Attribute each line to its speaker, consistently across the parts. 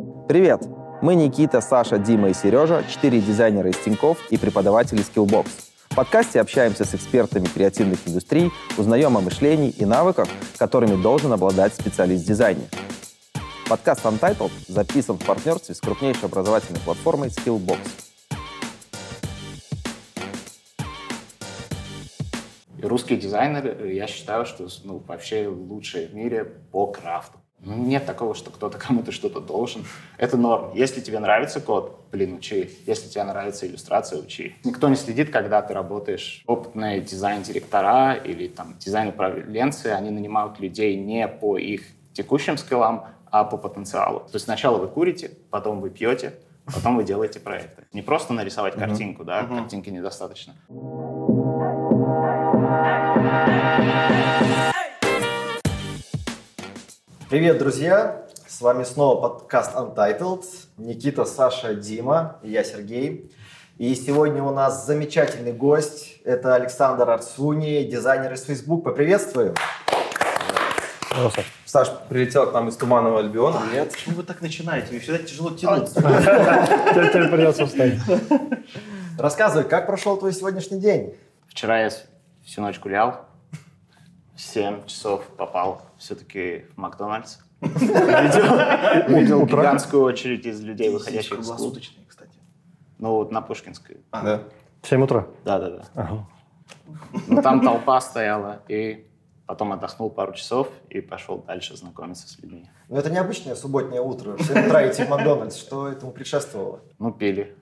Speaker 1: Привет! Мы Никита, Саша, Дима и Сережа, 4 дизайнера из Тинькофф и преподаватели Skillbox. В подкасте общаемся с экспертами креативных индустрий, узнаем о мышлении и навыках, которыми должен обладать специалист в дизайне. Подкаст Untitled записан в партнерстве с крупнейшей образовательной платформой Skillbox.
Speaker 2: Русские дизайнеры, я считаю, что вообще лучшие в мире по крафту. Нет такого, что кто-то кому-то что-то должен. Это норм. Если тебе нравится код, учи. Если тебе нравится иллюстрация, учи. Никто не следит, когда ты работаешь. Опытные дизайн-директора или дизайн-управленцы, они нанимают людей не по их текущим скиллам, а по потенциалу. То есть сначала вы курите, потом вы пьете, потом вы делаете проекты. Не просто нарисовать картинку, да, картинки недостаточно.
Speaker 3: Привет, друзья! С вами снова подкаст Untitled. Никита, Саша, Дима, и я Сергей. И сегодня у нас замечательный гость. Это Александр Арцуни, дизайнер из Facebook. Поприветствую!
Speaker 1: Саш прилетел к нам из Туманного Альбиона.
Speaker 3: Привет.
Speaker 4: Почему вы так начинаете? Мне всегда тяжело тянуть.
Speaker 5: Теперь придется встать.
Speaker 3: Рассказывай, как прошел твой сегодняшний день?
Speaker 2: Вчера я всю ночь гулял, в 7 часов попал все-таки в Макдональдс. Видел гигантскую очередь из людей, выходящих из клуба.
Speaker 4: Круглосуточные, кстати.
Speaker 2: На Пушкинской.
Speaker 1: Да.
Speaker 5: В 7 утра?
Speaker 2: Да.
Speaker 5: Ага.
Speaker 2: Там толпа стояла, и потом отдохнул пару часов и пошел дальше знакомиться с людьми.
Speaker 3: Ну, это необычное субботнее утро. В 7 утра идти в Макдональдс. Что этому предшествовало?
Speaker 2: Пили.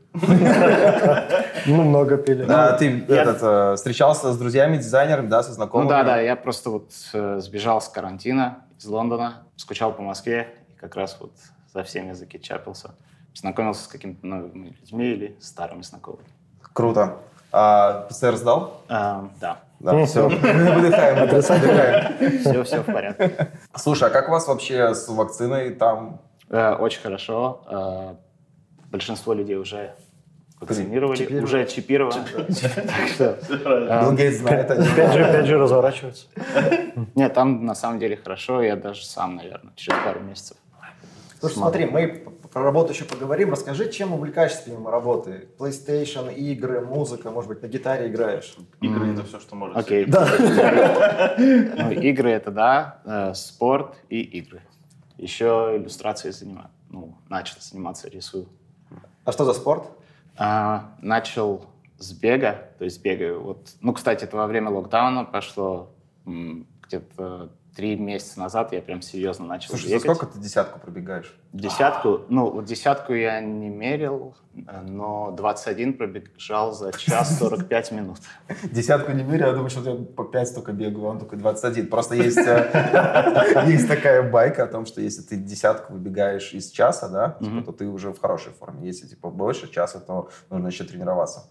Speaker 5: Много пили.
Speaker 1: Да, ты встречался с друзьями, дизайнерами, да, со знакомыми?
Speaker 2: Да, я просто сбежал с карантина из Лондона, скучал по Москве и как раз за всеми закетчапился. Знакомился с какими-то новыми людьми или старыми знакомыми.
Speaker 1: Круто. А ПЦР сдал?
Speaker 2: Да.
Speaker 1: Да, все. Выдыхаем.
Speaker 2: Все в порядке.
Speaker 1: Слушай, а как у вас вообще с вакциной там?
Speaker 2: Очень хорошо. Большинство людей уже вакцинировали, уже чипированы. Так что...
Speaker 1: Билл Гейтс знает.
Speaker 5: 5G разворачивается.
Speaker 2: Нет, там на самом деле хорошо. Я даже сам, наверное, через пару месяцев.
Speaker 3: Слушай, смотри, мы про работу еще поговорим. Расскажи, чем увлекаешься помимо работы? PlayStation, игры, музыка, может быть, на гитаре играешь?
Speaker 4: Игры — это все, что можно.
Speaker 2: Окей. Игры — это да, спорт и игры. Еще иллюстрацией занимаюсь. Начал заниматься, рисую.
Speaker 3: А что за спорт?
Speaker 2: Начал с бега, то есть бегаю. Кстати, это во время локдауна пошло где-то 3 месяца назад я прям серьезно начал
Speaker 1: Слушай,
Speaker 2: бегать.
Speaker 1: за сколько ты десятку пробегаешь?
Speaker 2: Десятку? Десятку я не мерил, но 21 пробежал за час 45 минут.
Speaker 1: Десятку не меряю, я думаю, что я по 5 только бегаю, он только 21. Просто есть такая байка о том, что если ты десятку выбегаешь из часа, да, то ты уже в хорошей форме. Если больше часа, то нужно еще тренироваться.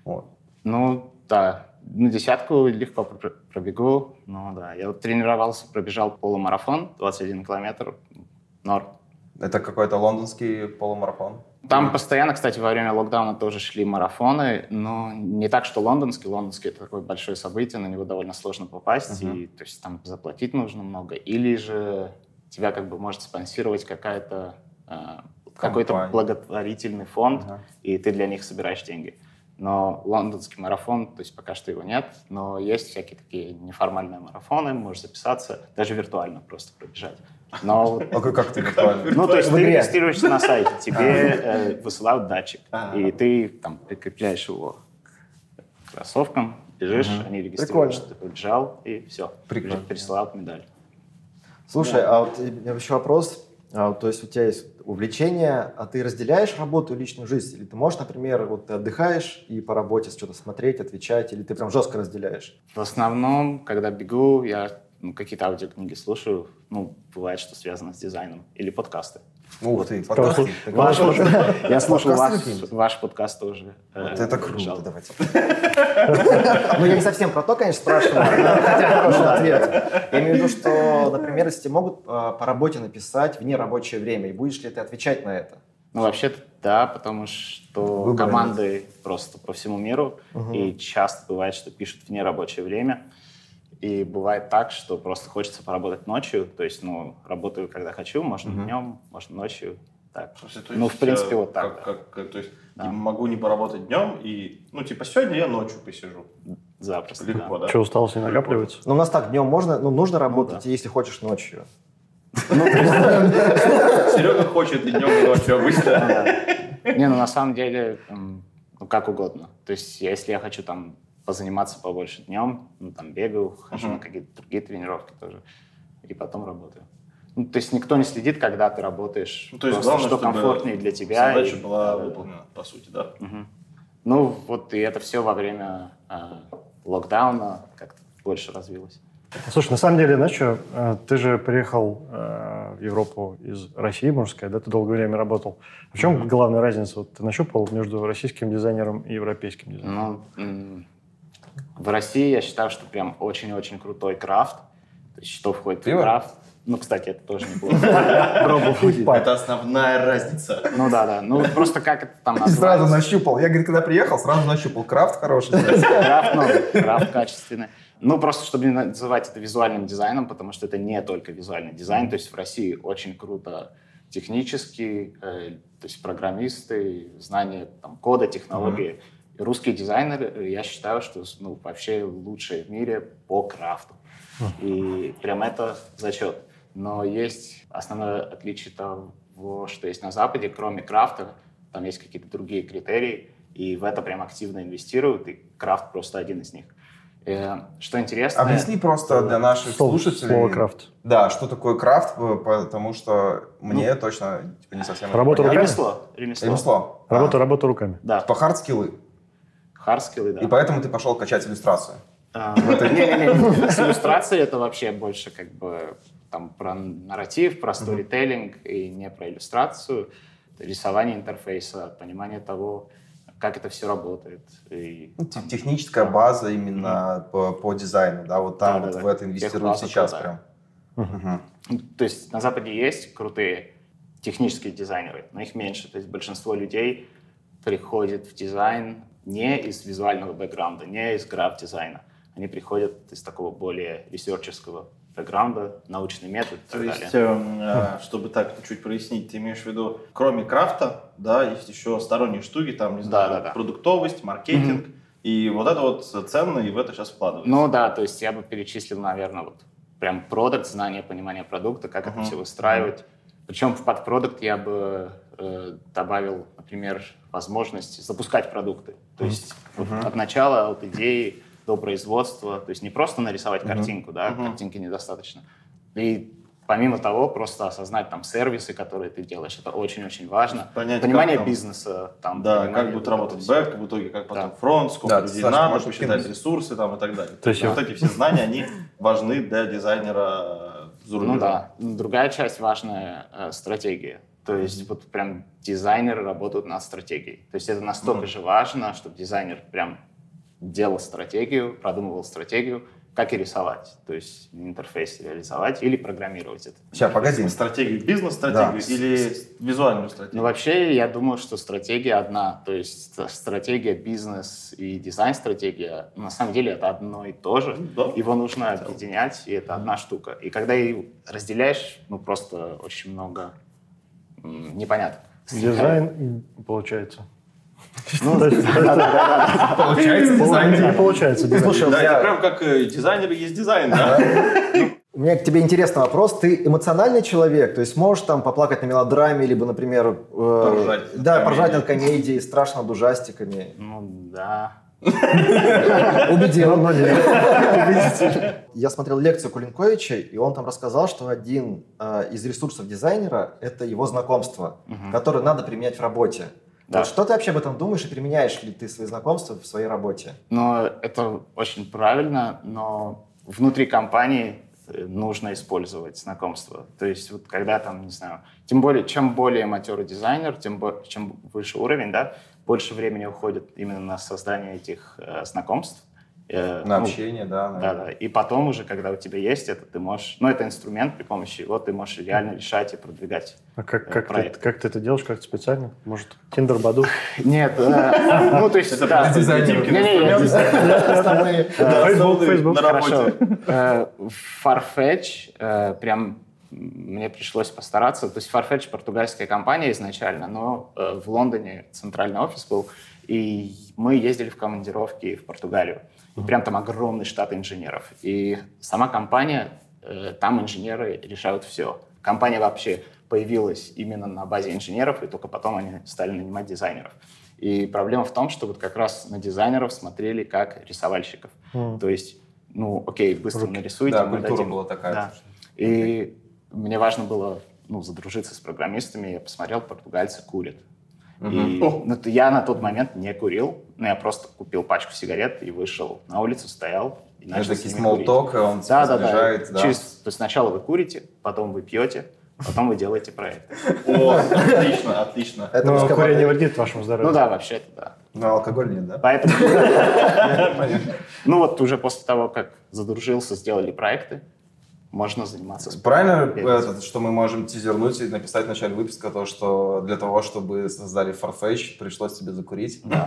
Speaker 2: Да. Десятку легко пробегу. Я тренировался, пробежал полумарафон, 21 километр, норм.
Speaker 1: Это какой-то лондонский полумарафон?
Speaker 2: Там постоянно, кстати, во время локдауна тоже шли марафоны, но не так, что лондонский. Лондонский — это такое большое событие, на него довольно сложно попасть, и то есть там заплатить нужно много. Или же тебя может спонсировать какой-то благотворительный фонд, и ты для них собираешь деньги. Но лондонский марафон, то есть пока что его нет, но есть всякие такие неформальные марафоны, можешь записаться, даже виртуально просто пробежать.
Speaker 1: Как ты виртуально?
Speaker 2: То есть ты регистрируешься на сайте, тебе высылают датчик, и ты там прикрепляешь его к кроссовкам, бежишь, они регистрируют, что ты побежал, и все, пересылают медаль.
Speaker 3: Слушай, а у меня еще вопрос. То есть у тебя есть увлечение, а ты разделяешь работу и личную жизнь? Или ты можешь, например, ты отдыхаешь и по работе что-то смотреть, отвечать, или ты прям жестко разделяешь?
Speaker 2: В основном, когда бегу, я какие-то аудиокниги слушаю. Бывает, что связано с дизайном. Или подкасты.
Speaker 1: Ух ты, подкасты.
Speaker 2: Я слушал ваш подкаст тоже.
Speaker 1: Это круто, давайте.
Speaker 3: Я не совсем про то, конечно, спрашиваю, хотя хороший ответ. Я имею в виду, что, например, если тебе могут по работе написать в нерабочее время, и будешь ли ты отвечать на это?
Speaker 2: Вообще-то да, потому что команды просто по всему миру, и часто бывает, что пишут в нерабочее время. И бывает так, что просто хочется поработать ночью. То есть, работаю, когда хочу, можно днем, можно ночью. Так.
Speaker 4: Слушай, то
Speaker 2: Ну,
Speaker 4: есть,
Speaker 2: в принципе, вот так.
Speaker 4: То есть
Speaker 2: Да.
Speaker 4: я могу не поработать днем и, сегодня я ночью посижу.
Speaker 2: Запросто,
Speaker 4: Легко, да?
Speaker 5: Что, усталость не накапливается?
Speaker 3: Ну, у нас так, днем можно, нужно работать,
Speaker 2: да.
Speaker 3: если хочешь ночью.
Speaker 4: Серега хочет и днем, и ночью обычно.
Speaker 2: Не, ну на самом деле, как угодно. То есть, если я хочу там позаниматься побольше днем, там бегаю, хожу на какие-то другие тренировки тоже, и потом работаю. Ну, то есть никто не следит, когда ты работаешь,
Speaker 4: То есть
Speaker 2: просто
Speaker 4: главное,
Speaker 2: что
Speaker 4: чтобы
Speaker 2: комфортнее для тебя.
Speaker 4: задача
Speaker 2: и-
Speaker 4: была
Speaker 2: да.
Speaker 4: выполнена, по сути, да?
Speaker 2: Ну, вот и это все во время локдауна как-то больше развилось.
Speaker 5: Слушай, на самом деле, знаешь что, ты же приехал в Европу из России, можно сказать, да? Ты долгое время работал. В чем главная разница? Вот ты нащупал между российским дизайнером и европейским дизайнером?
Speaker 2: Ну, в России я считаю, что прям очень-очень крутой крафт. То есть что входит
Speaker 1: Пиво?
Speaker 2: в крафт? Ну, кстати, это тоже неплохо. Пробовать.
Speaker 4: Это основная разница.
Speaker 2: Ну да. Ну просто как это там
Speaker 1: И сразу
Speaker 2: назвать?
Speaker 1: нащупал. Я, говорит, когда приехал, сразу нащупал. Крафт хороший.
Speaker 2: Крафт качественный. Ну, просто чтобы не называть это визуальным дизайном, потому что это не только визуальный дизайн. То есть в России очень круто технически, то есть программисты, знания там, кода, технологии. И русские дизайнеры, я считаю, что вообще лучшие в мире по крафту. И прям это зачет. Но есть основное отличие того, что есть на Западе, кроме крафта, там есть какие-то другие критерии, и в это прям активно инвестируют, и крафт просто один из них. Что интересно...
Speaker 1: Объясни просто для наших слушателей.
Speaker 5: Слово крафт.
Speaker 1: Да, что такое крафт, потому что мне точно не совсем...
Speaker 5: Работа
Speaker 1: понятно.
Speaker 5: руками?
Speaker 2: Ремесло.
Speaker 1: Ремесло.
Speaker 5: Работа руками.
Speaker 2: Да.
Speaker 1: По хардскиллы.
Speaker 2: Хардскиллы, да.
Speaker 1: И поэтому ты пошел качать иллюстрацию.
Speaker 2: Не-не-не, с иллюстрацией это вообще больше как бы там про нарратив, про сторителлинг и не про иллюстрацию. Это рисование интерфейса, понимание того, как это все работает. И,
Speaker 1: Техническая база именно по дизайну, да, вот там
Speaker 2: Да-да-да.
Speaker 1: вот в это инвестируют
Speaker 2: Техбаза,
Speaker 1: сейчас
Speaker 2: да.
Speaker 1: прям.
Speaker 2: То есть на Западе есть крутые технические дизайнеры, но их меньше. То есть большинство людей приходит в дизайн не из визуального бэкграунда, не из граф-дизайна. Они приходят из такого более ресерчерского бэкграунда, научный метод и
Speaker 4: То
Speaker 2: так
Speaker 4: есть,
Speaker 2: далее.
Speaker 4: чтобы так чуть прояснить, ты имеешь в виду, кроме крафта, да, есть еще сторонние штуки, там, не знаю,
Speaker 2: Да.
Speaker 4: продуктовость, маркетинг, и вот это вот ценно, и в это сейчас вкладывается.
Speaker 2: Ну да, то есть я бы перечислил, наверное, вот прям продукт, знание, понимание продукта, как это все выстраивать. Причем в подпродукт я бы добавил, например, возможность запускать продукты. То есть вот от начала, от идеи до производства. То есть не просто нарисовать картинку, да, картинки недостаточно. И помимо того, просто осознать там сервисы, которые ты делаешь. Это очень-очень важно.
Speaker 4: Понять,
Speaker 2: Понимание
Speaker 4: как там-
Speaker 2: бизнеса. Там,
Speaker 4: Да,
Speaker 2: понимание
Speaker 4: как будет
Speaker 2: вот
Speaker 4: работать
Speaker 2: этого
Speaker 4: бэк, в итоге как потом
Speaker 2: Да.
Speaker 4: фронт, сколько
Speaker 1: Да,
Speaker 4: людей
Speaker 1: Саша,
Speaker 4: надо,
Speaker 1: можешь
Speaker 4: посчитать
Speaker 1: кинуть?
Speaker 4: ресурсы там и так далее.
Speaker 5: То есть
Speaker 4: вот эти все знания, они важны для дизайнера за рубежом.
Speaker 2: Ну да. Другая часть важная стратегия. То есть вот прям дизайнеры работают над стратегией. То есть это настолько же важно, чтобы дизайнер прям делал стратегию, продумывал стратегию, как и рисовать. То есть интерфейс реализовать или программировать это.
Speaker 1: Сейчас, погоди.
Speaker 4: Стратегию, бизнес-стратегию
Speaker 1: Да.
Speaker 4: или визуальную стратегию?
Speaker 2: Ну, вообще, я думаю, что стратегия одна. То есть стратегия, бизнес и дизайн-стратегия, на самом деле, это одно и то же.
Speaker 4: Да.
Speaker 2: Его нужно объединять, и это одна штука. И когда ее разделяешь, просто очень много непоняток.
Speaker 5: Дизайн, получается.
Speaker 1: Получается,
Speaker 5: Не получается дизайн.
Speaker 3: Слушай,
Speaker 4: Да, это прям как дизайнер есть дизайн, да?
Speaker 3: у меня к тебе интересный вопрос. Ты эмоциональный человек? То есть можешь там поплакать на мелодраме, либо, например...
Speaker 4: Поржать над
Speaker 3: Да, поржать
Speaker 4: комедией.
Speaker 3: над комедией, страшно над ужастиками.
Speaker 2: Ну, да.
Speaker 3: Убедил.
Speaker 5: Но нет.
Speaker 3: Я смотрел лекцию Кулинковича, и он там рассказал, что один из ресурсов дизайнера – это его знакомство, которое надо применять в работе.
Speaker 2: Да.
Speaker 3: Вот что ты вообще об этом думаешь, и применяешь ли ты свои знакомства в своей работе?
Speaker 2: Но это очень правильно, но внутри компании нужно использовать знакомство. То есть вот когда там, не знаю, тем более, чем более матерый дизайнер, чем выше уровень, да, больше времени уходит именно на создание этих знакомств.
Speaker 1: На общение, да.
Speaker 2: Да. И потом уже, когда у тебя есть это, ты можешь... Ну, это инструмент, при помощи его ты можешь реально решать и продвигать
Speaker 5: А как
Speaker 2: проект.
Speaker 5: ты это делаешь? Как специально? Может, Тиндер, Баду?
Speaker 2: Нет, ну, то есть, да.
Speaker 4: дизайнеры.
Speaker 5: Facebook.
Speaker 4: На работе.
Speaker 2: Хорошо. Farfetch прям мне пришлось постараться. То есть Farfetch португальская компания изначально, но в Лондоне центральный офис был, и мы ездили в командировки в Португалию. И прям там огромный штат инженеров. И сама компания, там инженеры решают все. Компания вообще появилась именно на базе инженеров, и только потом они стали нанимать дизайнеров. И проблема в том, что вот как раз на дизайнеров смотрели как рисовальщиков. То есть, ну, окей, быстро нарисуйте.
Speaker 1: Да, культура была такая.
Speaker 2: Да. И мне важно было, ну, задружиться с программистами. Я посмотрел, португальцы курят. И, я на тот момент не курил, но я просто купил пачку сигарет и вышел на улицу, стоял и начал с ними курить.
Speaker 1: Small talk, он сближает.
Speaker 2: Да. То есть сначала вы курите, потом вы пьете, потом вы делаете проекты.
Speaker 4: О, отлично, отлично.
Speaker 5: Но курение вредит вашему здоровью.
Speaker 2: Ну да, вообще-то да.
Speaker 3: Но алкоголь нет, да?
Speaker 2: Поэтому, ну вот уже после того, как задружился, сделали проекты, можно заниматься спортом.
Speaker 1: Правильно, что мы можем тизернуть и написать в начале выпуска то, что для того, чтобы создали Farfetch, пришлось тебе закурить.
Speaker 2: Да.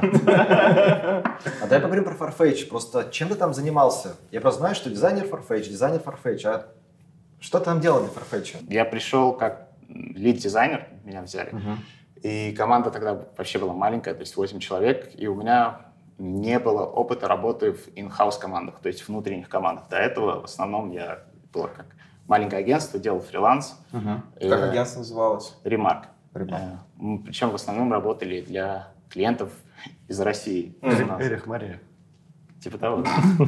Speaker 3: А давай поговорим про Farfetch. Просто чем ты там занимался? Я просто знаю, что дизайнер Farfetch. А что ты там делал для Farfetch?
Speaker 2: Я пришел как лид-дизайнер, меня взяли. И команда тогда вообще была маленькая, то есть 8 человек. И у меня не было опыта работы в in-house командах, то есть внутренних командах. До этого в основном я было как маленькое агентство, делал фриланс.
Speaker 1: Как агентство называлось?
Speaker 2: Remark. Мы причем в основном работали для клиентов из России.
Speaker 5: Эрих, Мария.
Speaker 2: Типа того.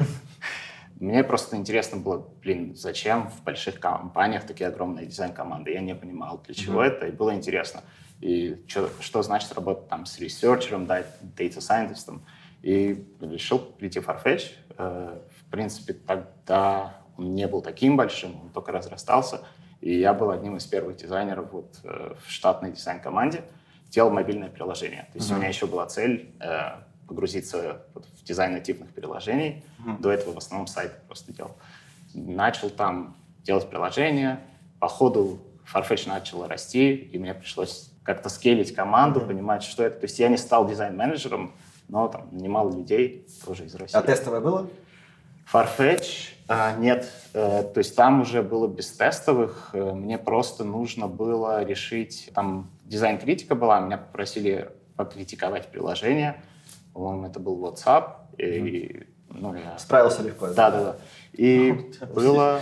Speaker 2: Мне просто интересно было, зачем в больших компаниях такие огромные дизайн-команды. Я не понимал, для чего это, и было интересно. И что значит работать там с ресерчером, дата-сайентистом. И решил прийти в Farfetch. В принципе, тогда он не был таким большим, он только разрастался. И я был одним из первых дизайнеров вот, в штатной дизайн-команде. Делал мобильное приложение. То есть у меня еще была цель погрузиться вот в дизайн нативных приложений. До этого в основном сайты просто делал. Начал там делать приложение. По ходу Farfetch начал расти, и мне пришлось как-то скейлить команду, понимать, что это. То есть я не стал дизайн-менеджером, но там нанимал людей тоже из России.
Speaker 3: А тестовое было?
Speaker 2: Farfetch нет. То есть там уже было без тестовых. Мне просто нужно было решить... Там дизайн-критика была, меня попросили покритиковать приложение. По-моему, это был WhatsApp. И, я...
Speaker 3: Справился легко.
Speaker 2: Да. И было...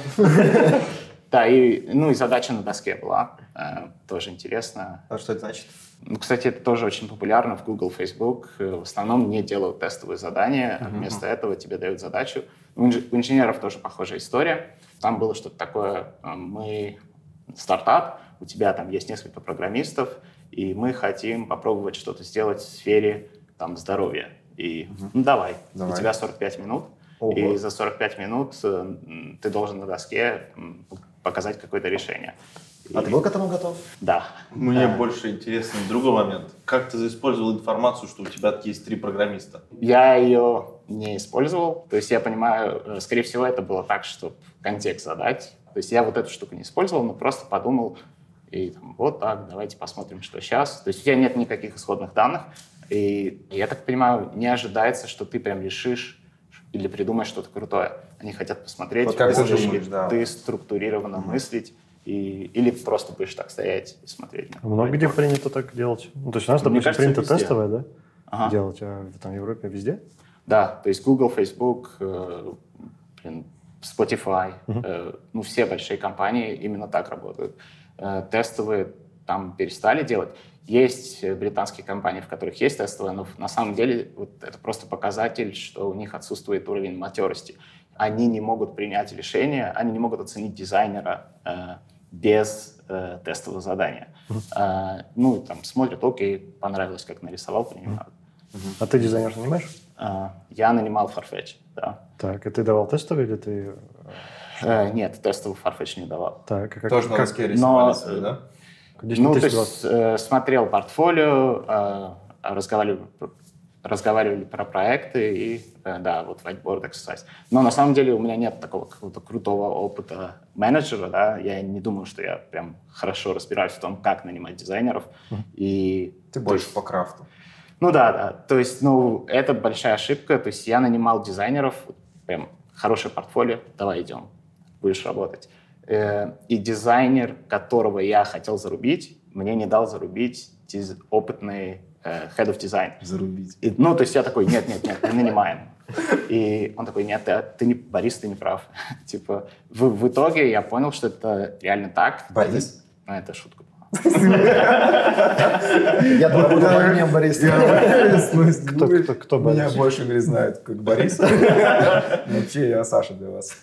Speaker 2: Да, и задача на доске была. Тоже интересно.
Speaker 3: А что это значит?
Speaker 2: Кстати, это тоже очень популярно в Google, Facebook. В основном не делают тестовые задания. Вместо этого тебе дают задачу. У инженеров тоже похожая история. Там было что-то такое. Мы стартап, у тебя там есть несколько программистов, и мы хотим попробовать что-то сделать в сфере там, здоровья. И давай. У тебя 45 минут.
Speaker 3: Ого.
Speaker 2: И за 45 минут ты должен на доске показать какое-то решение.
Speaker 3: А ты был к этому готов?
Speaker 2: Да.
Speaker 4: Мне больше интересен другой момент. Как ты использовал информацию, что у тебя есть 3 программиста?
Speaker 2: Я ее не использовал. То есть я понимаю, скорее всего, это было так, чтобы контекст задать. То есть я вот эту штуку не использовал, но просто подумал, и там, вот так, давайте посмотрим, что сейчас. То есть у тебя нет никаких исходных данных. И я так понимаю, не ожидается, что ты прям решишь или придумаешь что-то крутое. Они хотят посмотреть,
Speaker 1: вот как
Speaker 2: будешь
Speaker 1: думаешь,
Speaker 2: ли ты структурированно мыслить, или просто будешь так стоять и смотреть.
Speaker 5: Много где принято так делать? То есть у нас, допустим, принято
Speaker 2: везде.
Speaker 5: тестовое, да? Делать, а там в Европе везде?
Speaker 2: Да, то есть Google, Facebook, Spotify, все большие компании именно так работают. Тестовые там перестали делать. Есть британские компании, в которых есть тестовые, но на самом деле вот это просто показатель, что у них отсутствует уровень матерости. Они не могут принять решение, они не могут оценить дизайнера без тестового задания. Смотрят, окей, понравилось, как нарисовал, принимают.
Speaker 5: А ты дизайнер нанимаешь?
Speaker 2: Я нанимал Farfetch, да.
Speaker 5: Так, и ты давал тестовый или ты...
Speaker 2: Нет, тестовый Farfetch не давал.
Speaker 5: Так,
Speaker 1: тоже на доске рисовали, да?
Speaker 2: То есть смотрел портфолио, разговаривали про проекты и, вот whiteboard exercise. Но на самом деле у меня нет такого какого-то крутого опыта менеджера, да, я не думаю, что я прям хорошо разбираюсь в том, как нанимать дизайнеров. И,
Speaker 1: ты больше по крафту.
Speaker 2: То есть, это большая ошибка, то есть я нанимал дизайнеров, прям хорошее портфолио, давай идем, будешь работать. И дизайнер, которого я хотел зарубить, мне не дал зарубить опытный head of design.
Speaker 1: Зарубить.
Speaker 2: То есть я такой, нет, мы нанимаем. И он такой, нет, Борис, ты не прав. Типа, в итоге я понял, что это реально так.
Speaker 1: Борис?
Speaker 2: Это шутка.
Speaker 3: Я думаю, парнем Борис.
Speaker 5: Кто Борис?
Speaker 1: Меня больше, говорит, знают, как Борис. Вообще, я Саша для вас.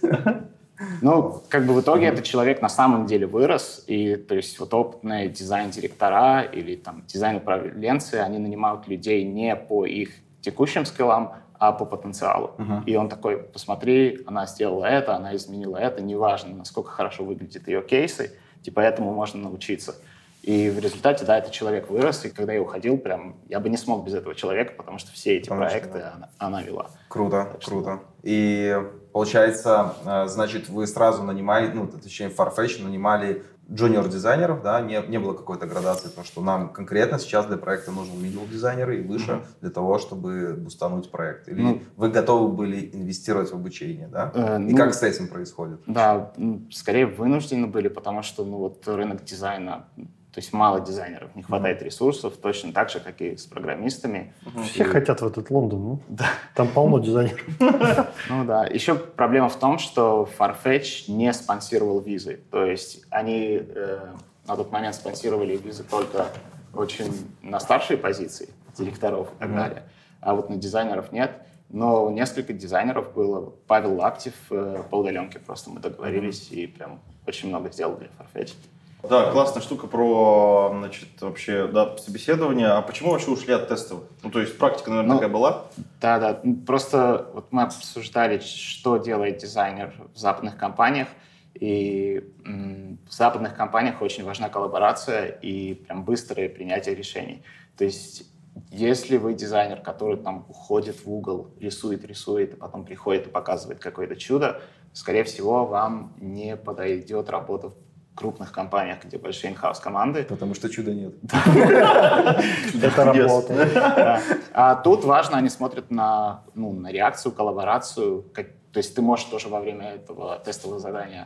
Speaker 2: В итоге этот человек на самом деле вырос, и то есть вот опытные дизайн-директора или там дизайн-управленцы, они нанимают людей не по их текущим скиллам, а по потенциалу. И он такой, посмотри, она сделала это, она изменила это, неважно, насколько хорошо выглядят ее кейсы, типа этому можно научиться. И в результате, да, этот человек вырос, и когда я уходил, прям я бы не смог без этого человека, потому что все эти проекты она вела.
Speaker 1: Круто, круто. И получается, значит, вы сразу нанимали, точнее, Farfetch нанимали джуниор-дизайнеров, да, не было какой-то градации, потому что нам конкретно сейчас для проекта нужен middle-дизайнер и выше для того, чтобы бустануть проект. Или вы готовы были инвестировать в обучение, да? И как с этим происходит?
Speaker 2: Да, скорее вынуждены были, потому что, рынок дизайна, то есть мало дизайнеров, не хватает ресурсов, точно так же, как и с программистами.
Speaker 5: Все хотят в этот Лондон, там полно дизайнеров.
Speaker 2: Да. Еще проблема в том, что Farfetch не спонсировал визы. То есть они на тот момент спонсировали визы только очень на старшие позиции директоров и так далее. А вот на дизайнеров нет. Но несколько дизайнеров было. Павел Лаптев по удаленке просто мы договорились и прям очень много сделал для Farfetch.
Speaker 4: Да, классная штука про, вообще, собеседование. А почему вообще ушли от тестовых? То есть практика, наверное, такая была?
Speaker 2: Да. Просто вот мы обсуждали, что делает дизайнер в западных компаниях. И в западных компаниях очень важна коллаборация и прям быстрое принятие решений. То есть если вы дизайнер, который там уходит в угол, рисует, а потом приходит и показывает какое-то чудо, скорее всего, вам не подойдет работа в крупных компаниях, где большие инхаус команды.
Speaker 1: Потому что чуда нет.
Speaker 5: Это работа.
Speaker 2: А тут важно, они смотрят на реакцию, коллаборацию. То есть ты можешь тоже во время этого тестового задания,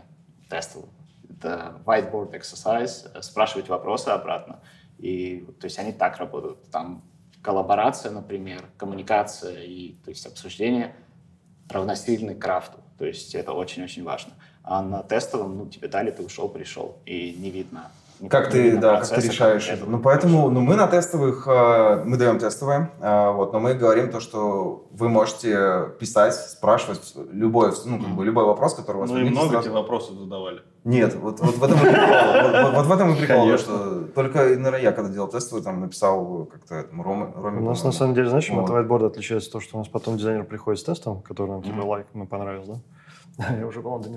Speaker 2: это whiteboard exercise, спрашивать вопросы обратно. И то есть они так работают. Там коллаборация, например, коммуникация и то есть обсуждение равносильны крафту. То есть это очень-очень важно. А на тестовом, тебе дали, ты ушел, пришел, и не видно.
Speaker 1: Как ты решаешь это? Поэтому мы на тестовых, мы даем тестовые, но мы говорим то, что вы можете писать, спрашивать любой вопрос, который у вас
Speaker 4: возникнет. И много тебе вопросов задавали?
Speaker 1: Нет, вот в этом и прикол. Вот в этом и прикол, что только, наверное, я когда делал тестовые, там написал как-то Роме.
Speaker 5: У нас на самом деле, знаешь, чем от whiteboard отличается то, что у нас потом дизайнер приходит с тестом, который нам ему понравился, да? Я уже в Лондоне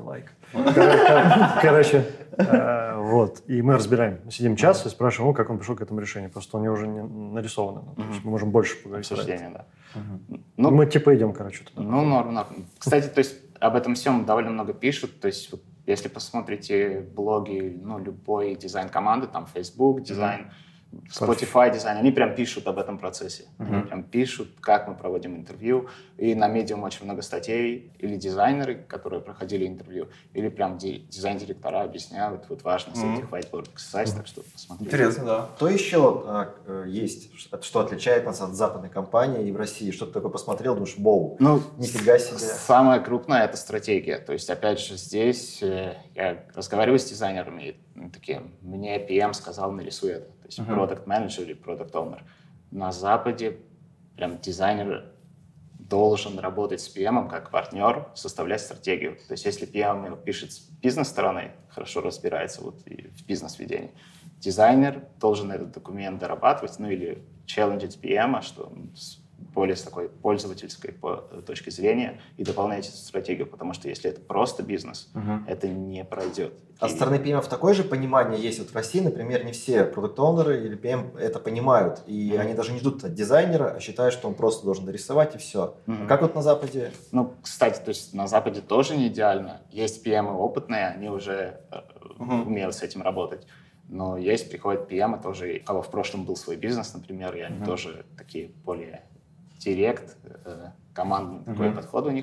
Speaker 5: Короче, и мы разбираем. Сидим час и спрашиваем, как он пришел к этому решению. Просто у него уже не нарисовано. То есть мы можем больше поговорить.
Speaker 2: Обсуждение, да.
Speaker 5: Мы идем, туда.
Speaker 2: Норм. Кстати, то есть об этом всем довольно много пишут. То есть если посмотрите блоги, любой дизайн-команды, там Facebook дизайн, Spotify дизайн, они прям пишут об этом процессе. Они прям пишут, как мы проводим интервью. И на Medium очень много статей. Или дизайнеры, которые проходили интервью, или прям дизайн-директора объясняют важность этих whiteboard exercise, так что посмотрите.
Speaker 1: Интересно, да.
Speaker 3: Что еще есть, что отличает нас от западной компании и в России? Что ты такое посмотрел, думаешь, нифига себе.
Speaker 2: Самое крупное — это стратегия. То есть, опять же, здесь я разговариваю с дизайнерами, и такие, мне PM сказал, нарисуй это. То есть продакт-менеджер или продакт-оунер. На Западе прям дизайнер должен работать с PM как партнер, составлять стратегию. То есть если PM пишет с бизнес-стороны, хорошо разбирается и в бизнес-ведении, дизайнер должен этот документ дорабатывать, или челленджить PM, что с более с такой пользовательской точки зрения и дополнять эту стратегию, потому что если это просто бизнес, это не пройдет.
Speaker 3: А со стороны PM такое же понимание есть? Вот в России, например, не все продукт-оунеры или PM это понимают, и они даже не ждут от дизайнера, а считают, что он просто должен дорисовать и все. А как вот на Западе?
Speaker 2: Кстати, то есть на Западе тоже не идеально. Есть PM опытные, они уже умеют с этим работать. Но приходят PM, тоже, у кого в прошлом был свой бизнес, например, и они тоже такие более директ, командный такой подход у них.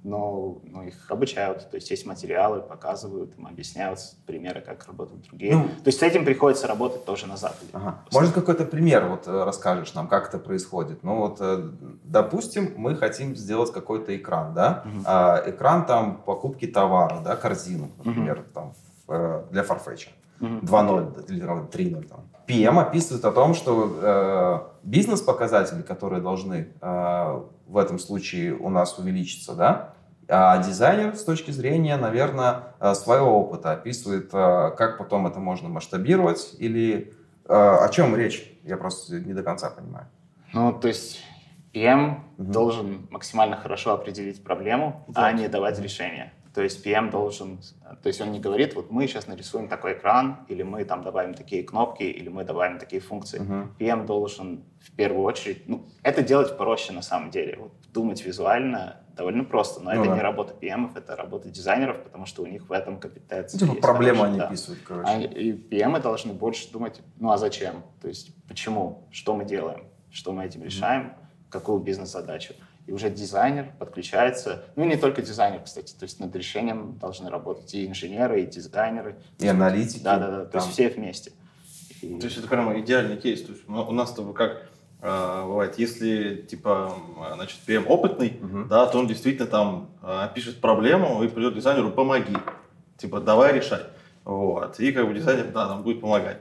Speaker 2: но их обучают, то есть есть материалы, показывают, им объясняют примеры, как работают другие. То есть с этим приходится работать тоже на Западе.
Speaker 1: Может, какой-то пример вот расскажешь нам, как это происходит? Ну вот, допустим, мы хотим сделать какой-то экран, да? Экран там покупки товара, да, корзину, например, там, для Farfetch. 2.0 или 3.0 там. PM описывает о том, что бизнес-показатели, которые должны в этом случае у нас увеличиться, да, а дизайнер с точки зрения, наверное, своего опыта описывает, как потом это можно масштабировать или о чем речь. Я просто не до конца понимаю.
Speaker 2: Ну, то есть PM должен максимально хорошо определить проблему, а не давать решение. То есть PM должен, то есть он не говорит, вот мы сейчас нарисуем такой экран, или мы там добавим такие кнопки, или мы добавим такие функции. PM должен в первую очередь, ну, это делать проще на самом деле. Вот, думать визуально довольно просто, но это не работа PM-ов, это работа дизайнеров, потому что у них в этом компетенция.
Speaker 1: Типа проблему они описывают, короче.
Speaker 2: И PM должны больше думать, ну а зачем? То есть почему? Что мы делаем? Что мы этим решаем? Какую бизнес-задачу? И уже дизайнер подключается, ну и не только дизайнер, кстати, то есть над решением должны работать и инженеры, и дизайнеры.
Speaker 1: И аналитики.
Speaker 2: Да, то есть все вместе.
Speaker 4: То есть это прямо идеальный кейс. То есть у нас-то как бывает, если типа, значит, PM опытный, да, то он действительно там пишет проблему и придет к дизайнеру: помоги, типа давай решать. Вот. И как бы дизайнер, да, нам будет помогать.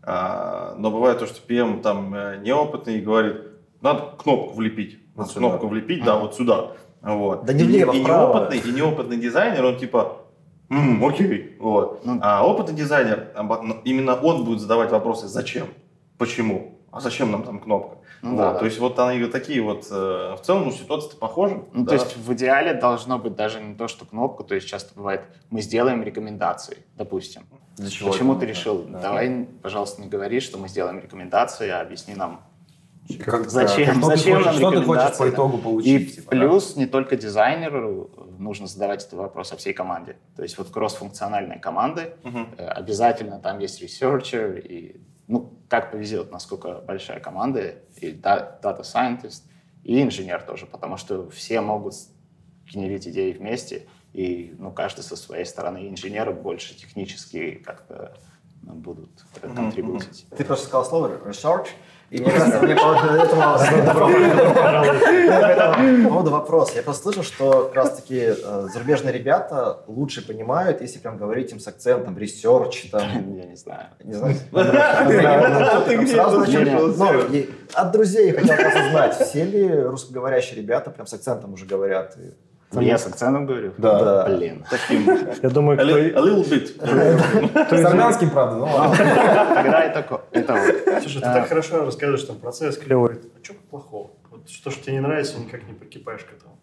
Speaker 4: Но бывает то, что PM там неопытный и говорит: надо кнопку влепить. Вот кнопку влепить, да, вот сюда. Вот.
Speaker 3: Да не влево, вправо.
Speaker 4: И неопытный дизайнер, он типа, окей. Вот. А опытный дизайнер, именно он будет задавать вопросы: зачем, почему, а зачем нам там кнопка. То есть вот они такие вот, в целом ситуация-то похожа.
Speaker 2: То есть в идеале должно быть даже не то, что кнопку, то есть часто бывает, мы сделаем рекомендации, допустим. Почему ты решил? Давай, пожалуйста, не говори, что мы сделаем рекомендации, а объясни нам, зачем нам рекомендации.
Speaker 1: Что ты хочешь по итогу получить?
Speaker 2: И плюс не только дизайнеру нужно задавать этот вопрос, а всей команде. То есть вот кросс-функциональные команды, обязательно там есть researcher, и как повезет, насколько большая команда, и data scientist, и инженер тоже, потому что все могут генерить идеи вместе, и каждый со своей стороны. И инженеры больше технически как-то будут контрибутить.
Speaker 3: Ты просто сказал слово research, и мне кажется, мне по поводу вопроса. Я просто слышал, что как раз-таки зарубежные ребята лучше понимают, если прям говорить им с акцентом research, там...
Speaker 2: Я не знаю.
Speaker 3: Не знаю. От друзей хотел просто знать, все ли русскоговорящие ребята прям с акцентом уже говорят?
Speaker 2: Я с акцентом говорю?
Speaker 3: Да.
Speaker 2: Блин.
Speaker 5: Я думаю,
Speaker 4: A little bit.
Speaker 1: С армянским, правда, ну ладно.
Speaker 2: Тогда это
Speaker 5: Слушай, ты так хорошо рассказываешь, там процесс клевый. А что плохого? Вот что тебе не нравится, никак не прикипаешь к этому.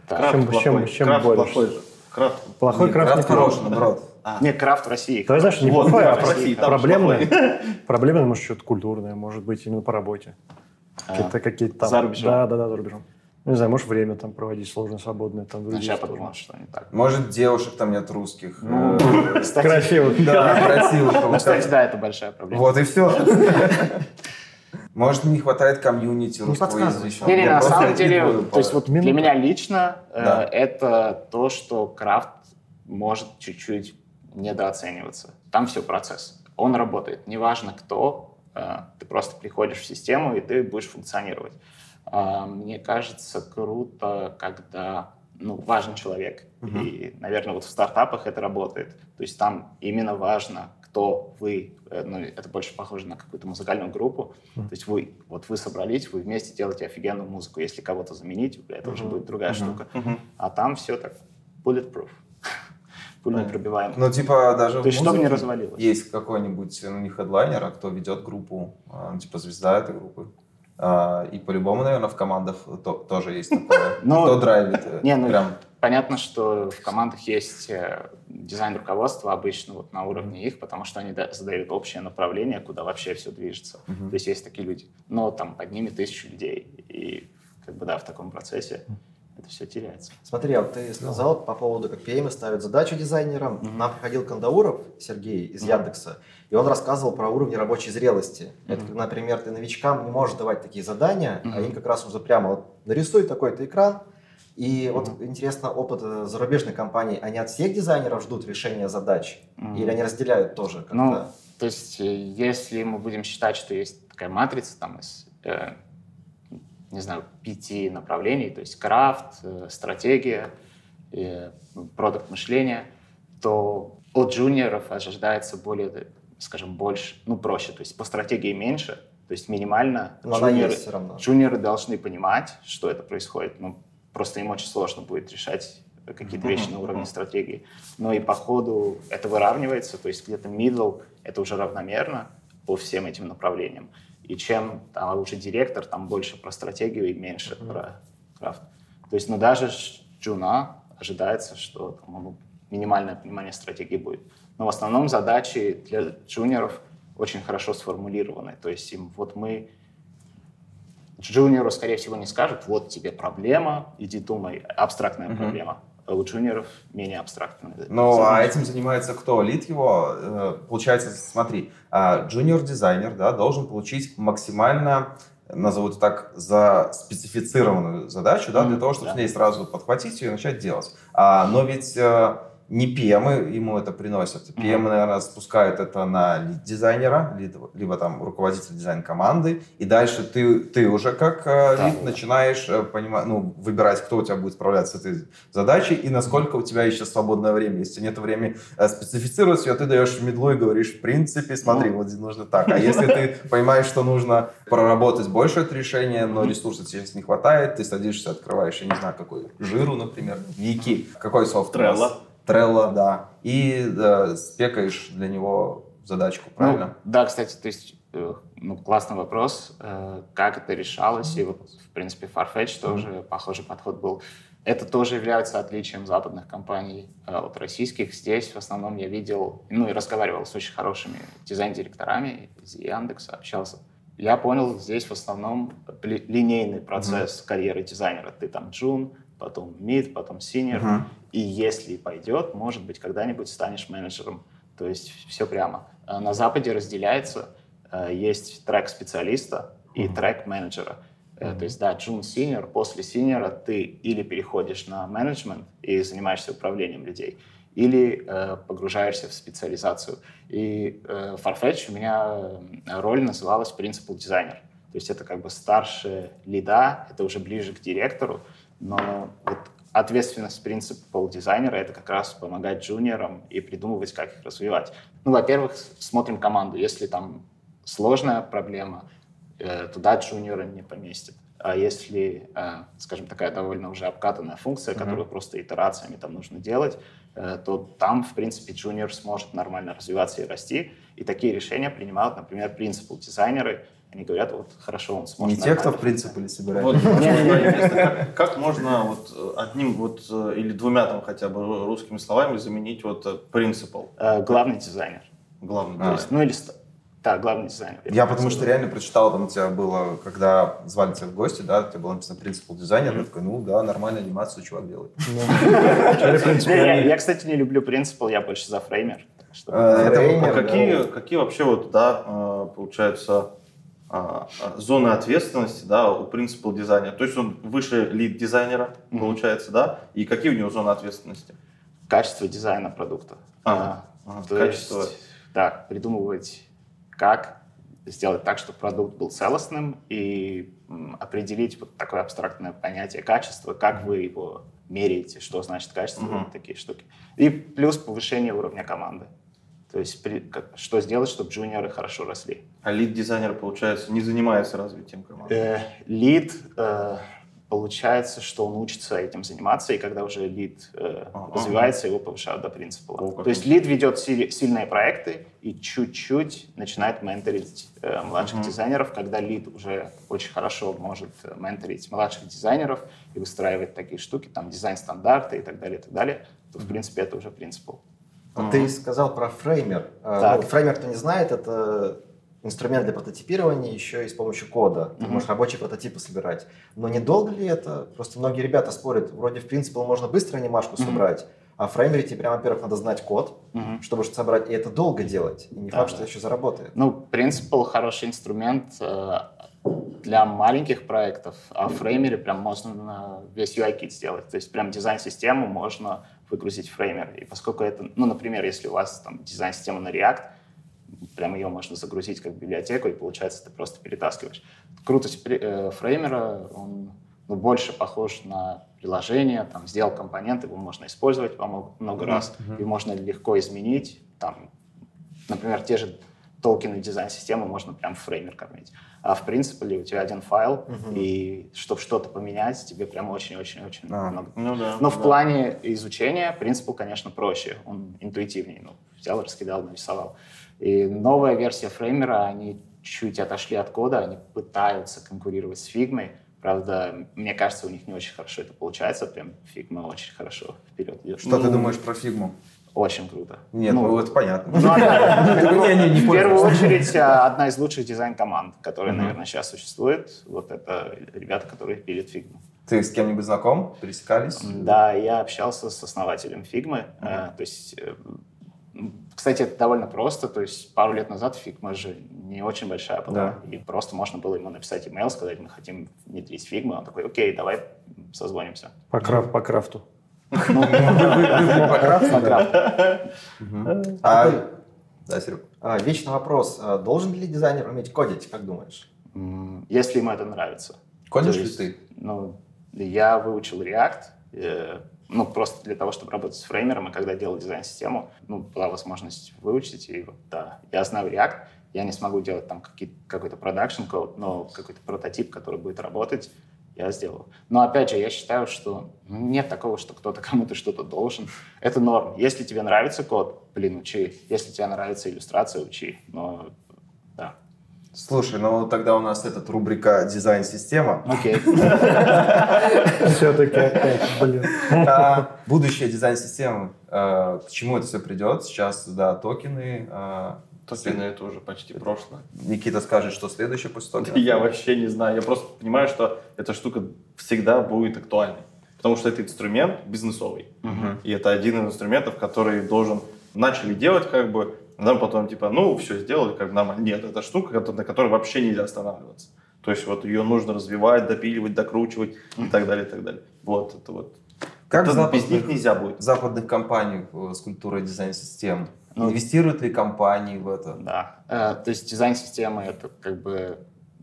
Speaker 5: С чем борешься? Плохой крафт не
Speaker 1: хороший, наоборот.
Speaker 2: Нет, крафт в России.
Speaker 5: Ты знаешь, неплохой, а
Speaker 4: России,
Speaker 5: проблемное, может, что-то культурное, может быть, именно по работе. Какие-то там...
Speaker 2: За рубежом?
Speaker 5: Да, за рубежом. Не знаю, можешь время там проводить сложно, свободное. Там
Speaker 2: Я подумал, что не так.
Speaker 1: Может, девушек там нет русских.
Speaker 5: Красивых.
Speaker 1: Да, красивых.
Speaker 2: Кстати, да, это большая проблема.
Speaker 1: Вот и все. Может, не хватает комьюнити русского языка.
Speaker 2: Не, на самом деле, то есть вот для меня лично это то, что крафт может чуть-чуть недооцениваться. Там все процесс. Он работает. Неважно кто, ты просто приходишь в систему, и ты будешь функционировать. Мне кажется, круто, когда важен человек. И, наверное, вот в стартапах это работает. То есть там именно важно, кто вы. Это больше похоже на какую-то музыкальную группу. То есть вы собрались, вы вместе делаете офигенную музыку. Если кого-то заменить, это уже будет другая штука. А там все так bulletproof. Пуленепробиваемо.
Speaker 1: Ну, типа, даже
Speaker 2: то есть, чтобы не развалилось.
Speaker 1: Есть какой-нибудь не хедлайнер, а кто ведет группу, типа звезда этой группы. И по-любому, наверное, в командах тоже есть такое. Кто драйвит?
Speaker 2: Понятно, что в командах есть дизайн руководства обычно на уровне их, потому что они задают общее направление, куда вообще все движется. То есть есть такие люди. Но там под ними 1000 людей. И в таком процессе это все теряется.
Speaker 3: Смотри, вот ты сказал по поводу, как PM ставят задачу дизайнерам. Нам приходил Кандауров Сергей из Яндекса, и он рассказывал про уровни рабочей зрелости. Это, например, ты новичкам не можешь давать такие задания, а им как раз нужно прямо нарисуй такой-то экран, И вот интересно, опыт зарубежной компании, они от всех дизайнеров ждут решения задач? Или они разделяют тоже как-то?
Speaker 2: Ну, то есть, если мы будем считать, что есть такая матрица там из, не знаю, 5 направлений, то есть крафт, стратегия, продакт мышления, то от джуниоров ожидается более, скажем, больше, проще. То есть по стратегии меньше, то есть минимально джуниоры должны понимать, что это происходит. Просто им очень сложно будет решать какие-то вещи на уровне стратегии. Но и по ходу это выравнивается, то есть где-то middle это уже равномерно по всем этим направлениям. И чем там уже директор, там больше про стратегию и меньше про крафт. То есть, даже с джуна ожидается, что там, минимальное понимание стратегии будет. Но в основном задачи для джуниоров очень хорошо сформулированы. То есть джуниору, скорее всего, не скажут, вот тебе проблема, иди думай, абстрактная проблема. А у джуниоров менее абстрактная.
Speaker 1: А этим занимается кто? Лид его? Получается, смотри, джуниор-дизайнер, да, должен получить максимально, назову это так, заспецифицированную задачу, да, для того, чтобы с ней сразу подхватить ее и начать делать. Но ведь не PM ему это приносят. PM, наверное, спускает это на лид-дизайнера, либо там руководитель дизайн-команды, и дальше ты уже как лид начинаешь выбирать, кто у тебя будет справляться с этой задачей, и насколько у тебя еще свободное время. Если нет времени специфицировать ее, ты даешь медлу и говоришь, в принципе, смотри, вот здесь нужно так. А если ты понимаешь, что нужно проработать больше это решение, но ресурсов сейчас не хватает, ты садишься, открываешь, я не знаю, какой, Жиру, например, Вики, какой софт? Trello, да. И спекаешь для него задачку, правильно?
Speaker 2: Да, кстати, то есть, классный вопрос, как это решалось, и вот, в принципе, Farfetch тоже похожий подход был. Это тоже является отличием западных компаний от российских. Здесь в основном я видел, и разговаривал с очень хорошими дизайн-директорами из Яндекса, общался. Я понял, здесь в основном линейный процесс карьеры дизайнера. Ты там джун, потом mid, потом senior. И если пойдет, может быть, когда-нибудь станешь менеджером. То есть все прямо. На Западе разделяется. Есть трек специалиста и трек менеджера. То есть, да, джун, senior. После senior ты или переходишь на менеджмент и занимаешься управлением людей, или погружаешься в специализацию. И в Farfetch у меня роль называлась principal designer. То есть это как бы старше лида, это уже ближе к директору, но вот ответственность принципал дизайнера — это как раз помогать джуниорам и придумывать, как их развивать. Во-первых, смотрим команду. Если там сложная проблема, туда джуниора не поместят. А если, скажем, такая довольно уже обкатанная функция, которую просто итерациями там нужно делать, то там, в принципе, джуниор сможет нормально развиваться и расти. И такие решения принимают, например, принципал дизайнеры. Они говорят, вот хорошо, он сможет...
Speaker 1: Не те, кто в принципе собирает.
Speaker 4: Как можно одним или двумя там хотя бы русскими словами заменить принципал?
Speaker 2: Главный дизайнер.
Speaker 4: Главный
Speaker 2: дизайнер. Да, главный дизайнер.
Speaker 1: Я потому что реально прочитал, там у тебя было, когда звали тебя в гости, да, у тебя было написано принципал дизайнер, я такой, нормальная анимацию чувак делает.
Speaker 2: Я, кстати, не люблю принципал, я больше за фреймер.
Speaker 4: Какие вообще получается зоны ответственности, да, у принципал дизайнера? То есть он выше лид-дизайнера, получается, да? И какие у него зоны ответственности?
Speaker 2: Качество дизайна продукта.
Speaker 4: Качество.
Speaker 2: Да, придумывать, как сделать так, чтобы продукт был целостным, и определить вот такое абстрактное понятие качества, как вы его меряете, что значит качество, такие штуки. И плюс повышение уровня команды. То есть что сделать, чтобы джуниоры хорошо росли.
Speaker 4: А лид-дизайнер, получается, не занимается развитием команды?
Speaker 2: Лид, получается, что он учится этим заниматься, и когда уже лид развивается, его повышают до принципала. То есть лид ведет сильные проекты и чуть-чуть начинает менторить младших дизайнеров. Когда лид уже очень хорошо может менторить младших дизайнеров и выстраивать такие штуки, там дизайн-стандарты и так далее, то, в принципе, это уже принципал.
Speaker 3: Ты сказал про фреймер. Фреймер, кто не знает, это инструмент для прототипирования еще и с помощью кода. Ты можешь рабочие прототипы собирать. Но недолго ли это? Просто многие ребята спорят, вроде в принципе можно быстро анимашку собрать, а в фреймере тебе прямо, во-первых, надо знать код, чтобы что-то собрать, и это долго делать. И не факт, что это еще заработает.
Speaker 2: Принципал хороший инструмент для маленьких проектов, а в Framer прям можно весь UI-кит сделать. То есть прям дизайн-систему можно выгрузить в Framer. И поскольку это, например, если у вас там дизайн-система на React, прям ее можно загрузить как библиотеку, и получается ты просто перетаскиваешь. Крутость Framer, он больше похож на приложение, там сделал компонент, его можно использовать много раз, и можно легко изменить. Там, например, те же токены дизайн-системы можно прям в Framer кормить. А в принципе у тебя один файл, и чтобы что-то поменять, тебе прям очень-очень-очень много. Но в плане изучения принципу, конечно, проще, он интуитивнее. Взял, раскидал, нарисовал. И новая версия Framer, они чуть отошли от кода, они пытаются конкурировать с Figma. Правда, мне кажется, у них не очень хорошо это получается. Прям Figma очень хорошо вперед идет.
Speaker 1: Что ты думаешь про Figma?
Speaker 2: Очень круто.
Speaker 1: Нет, это понятно.
Speaker 2: В первую очередь, одна из лучших дизайн-команд, которая, наверное, сейчас существует. Вот это ребята, которые пилят Figma.
Speaker 1: Ты с кем-нибудь знаком? Пересекались?
Speaker 2: Да, я общался с основателем Figma. То есть, кстати, это довольно просто. То есть пару лет назад Figma же не очень большая была. И просто можно было ему написать имейл, сказать, мы хотим внедрить Figma. Он такой, окей, давай созвонимся.
Speaker 5: По крафту.
Speaker 1: По крафту? Да, Серег.
Speaker 3: Вечный вопрос. Должен ли дизайнер уметь кодить, как думаешь?
Speaker 2: Если ему это нравится.
Speaker 1: Кодишь ли ты?
Speaker 2: Я выучил React, просто для того, чтобы работать с Framer, и когда делал дизайн-систему, была возможность выучить, и я знаю React, я не смогу делать там какой-то продакшн-код, но какой-то прототип, который будет работать, я сделал. Но опять же, я считаю, что нет такого, что кто-то кому-то что-то должен. Это норм. Если тебе нравится код, учи. Если тебе нравится иллюстрация, учи. Да.
Speaker 1: Слушай, тогда у нас рубрика «Дизайн-система».
Speaker 2: Окей.
Speaker 5: Все-таки опять,
Speaker 1: Будущее дизайн-системы. К чему это все придет? Сейчас, токены.
Speaker 4: Токены — это уже почти прошлое.
Speaker 1: Никита скажет, что следующее после токена.
Speaker 4: Я вообще не знаю. Я просто понимаю, что эта штука всегда будет актуальной. Потому что это инструмент бизнесовый. И это один из инструментов, который начали делать, нам потом все, сделали, нормально. Нет, это штука, на которой вообще нельзя останавливаться. То есть ее нужно развивать, допиливать, докручивать и так далее, и так далее.
Speaker 1: Как
Speaker 4: без них нельзя будет.
Speaker 1: В западных компаниях с культурой дизайн-систем? Инвестируют ли компании в это?
Speaker 2: Да. То есть дизайн-системы — это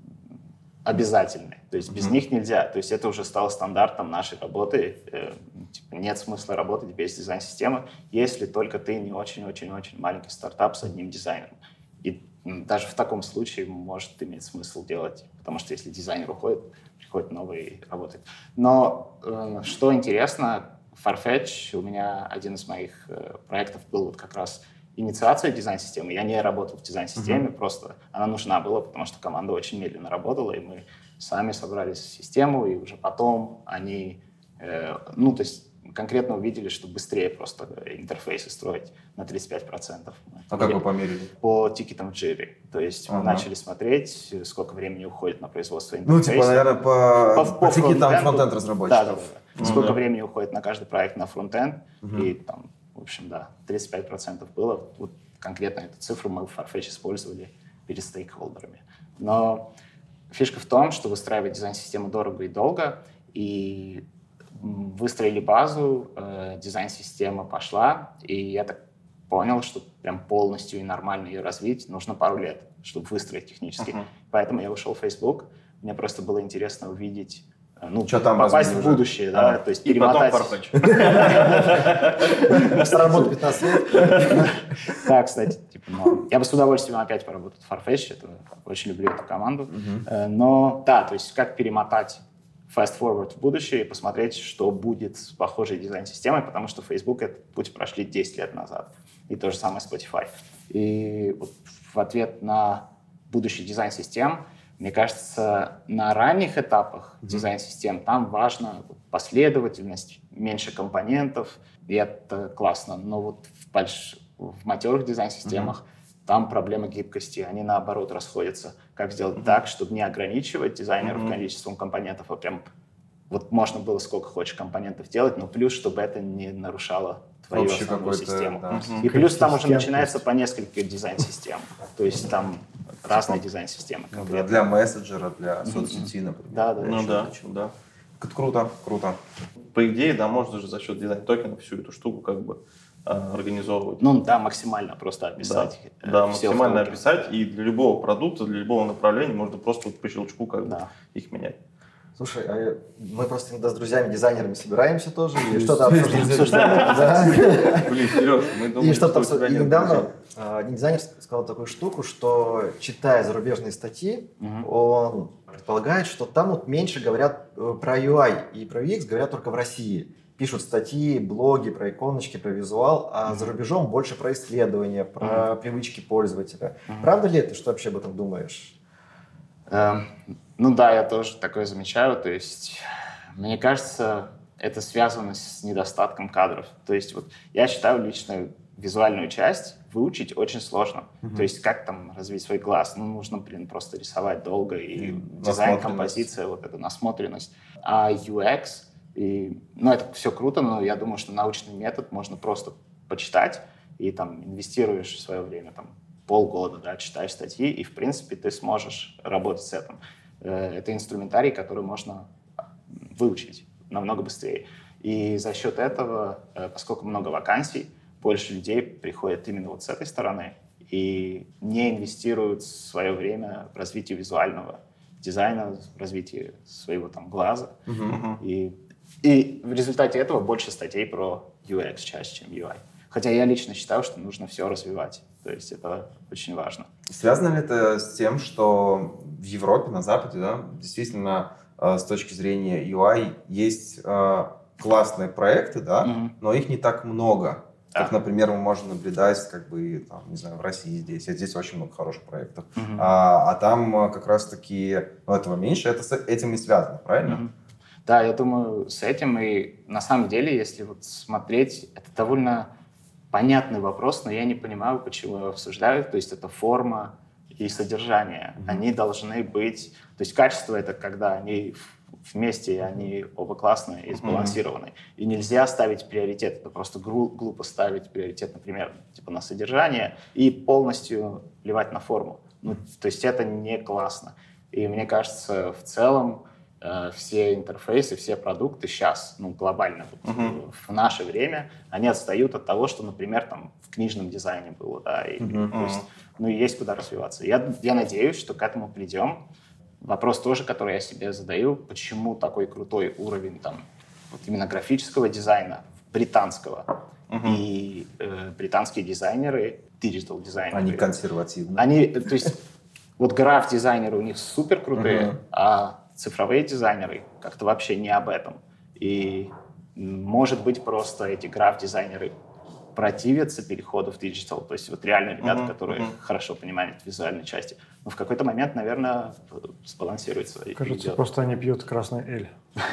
Speaker 2: обязательны. То есть без них нельзя. То есть это уже стало стандартом нашей работы. Нет смысла работать без дизайн-системы, если только ты не очень-очень-очень маленький стартап с одним дизайнером. И даже в таком случае может иметь смысл делать, потому что если дизайнер уходит, приходит новый работать. Но что интересно, Farfetch, у меня один из моих проектов был как раз инициация дизайн-системы. Я не работал в дизайн-системе, просто она нужна была, потому что команда очень медленно работала, и мы сами собрали систему, и уже потом они, то есть конкретно увидели, что быстрее просто интерфейсы строить на 35%.
Speaker 1: А как вы померили?
Speaker 2: По тикетам в Jira. То есть мы начали смотреть, сколько времени уходит на производство интерфейса.
Speaker 1: Наверное, по тикетам фронтенд разработчиков.
Speaker 2: Да. Сколько времени уходит на каждый проект на фронтенд, и там, в общем, 35% было. Вот конкретно эту цифру мы в Farfetch использовали перед стейкхолдерами. Но фишка в том, что выстраивать дизайн-систему дорого и долго, и выстроили базу, дизайн-система пошла, и я так понял, что прям полностью и нормально ее развить нужно пару лет, чтобы выстроить технически. Поэтому я ушел в Facebook. Мне просто было интересно увидеть,
Speaker 1: что там
Speaker 2: попасть в будущее, да, то есть
Speaker 4: и
Speaker 2: перемотать.
Speaker 4: потом Farfetch.
Speaker 3: Сработал 15 лет.
Speaker 2: Да, кстати, я бы с удовольствием опять поработал в Farfetch, очень люблю эту команду. Но да, то есть как перемотать fast forward в будущее и посмотреть, что будет с похожей дизайн-системой, потому что Facebook этот путь прошли 10 лет назад. И то же самое Spotify. И вот в ответ на будущий дизайн-систем, мне кажется, на ранних этапах дизайн-систем там важна последовательность, меньше компонентов, и это классно. Но вот в матерых дизайн-системах там проблема гибкости, они наоборот расходятся. Как сделать так, чтобы не ограничивать дизайнеров количеством компонентов, а прям можно было сколько хочешь компонентов делать, но плюс, чтобы это не нарушало твою основную систему.
Speaker 1: Да.
Speaker 2: И плюс там уже начинается по несколько дизайн-систем. То есть там разные дизайн-системы.
Speaker 1: Для мессенджера, для соцсети, например.
Speaker 4: Да.
Speaker 1: Это круто.
Speaker 4: По идее, да, можно же за счет дизайн-токенов всю эту штуку как бы организовывать.
Speaker 2: Максимально просто описать.
Speaker 4: Да, максимально описать. И для любого продукта, для любого направления можно просто по щелчку как бы их менять.
Speaker 3: Слушай, мы просто иногда с друзьями-дизайнерами собираемся тоже и что-то обсуждаем.
Speaker 4: Блин, Сереж, мы думаем,
Speaker 3: и что-то обсуждаем. И недавно один дизайнер сказал такую штуку, что, читая зарубежные статьи, он предполагает, что там вот меньше говорят про UI и про UX, говорят только в России. Пишут статьи, блоги про иконочки, про визуал, а за рубежом больше про исследования, про привычки пользователя. Правда ли это? Что вообще об этом думаешь?
Speaker 2: Я тоже такое замечаю. То есть, мне кажется, это связано с недостатком кадров. То есть, вот я считаю лично визуальную часть выучить очень сложно. То есть, как там развить свой глаз? Нужно, просто рисовать долго, и дизайн, композиция, вот эта насмотренность. А UX, это все круто, но я думаю, что научный метод можно просто почитать, и там инвестируешь свое время, полгода, читаешь статьи, и, в принципе, ты сможешь работать с этим. Это инструментарий, который можно выучить намного быстрее. И за счет этого, поскольку много вакансий, больше людей приходят именно вот с этой стороны и не инвестируют свое время в развитие визуального дизайна, в развитие своего глаза. И в результате этого больше статей про UX чаще, чем UI. Хотя я лично считаю, что нужно все развивать. То есть это очень важно.
Speaker 1: Связано ли это с тем, что в Европе, на Западе, действительно, с точки зрения UI, есть классные проекты, но их не так много. Как, например, мы можем наблюдать, в России здесь очень много хороших проектов. А там как раз-таки этого меньше, это с этим и связано, правильно?
Speaker 2: Да, я думаю, с этим. И на самом деле, если смотреть, это довольно понятный вопрос, но я не понимаю, почему его обсуждают. То есть это форма и содержание. Они должны быть... То есть качество — это когда они вместе, они оба классные и сбалансированы. И нельзя ставить приоритет. Это просто глупо ставить приоритет, например, на содержание и полностью плевать на форму. То есть это не классно. И мне кажется, в целом все интерфейсы, все продукты сейчас, глобально, в наше время, они отстают от того, что, например, в книжном дизайне было, то есть, есть куда развиваться. Я надеюсь, что к этому придем. Вопрос тоже, который я себе задаю, почему такой крутой уровень именно графического дизайна, британского, и британские дизайнеры, диджитал-дизайнеры.
Speaker 1: Они консервативны.
Speaker 2: То есть, граф-дизайнеры у них супер крутые, а цифровые дизайнеры как-то вообще не об этом. И, может быть, просто эти граф-дизайнеры противятся переходу в диджитал. То есть реально ребята, которые хорошо понимают визуальной части. Но в какой-то момент, наверное, сбалансируется.
Speaker 5: Кажется, просто они пьют красный эль.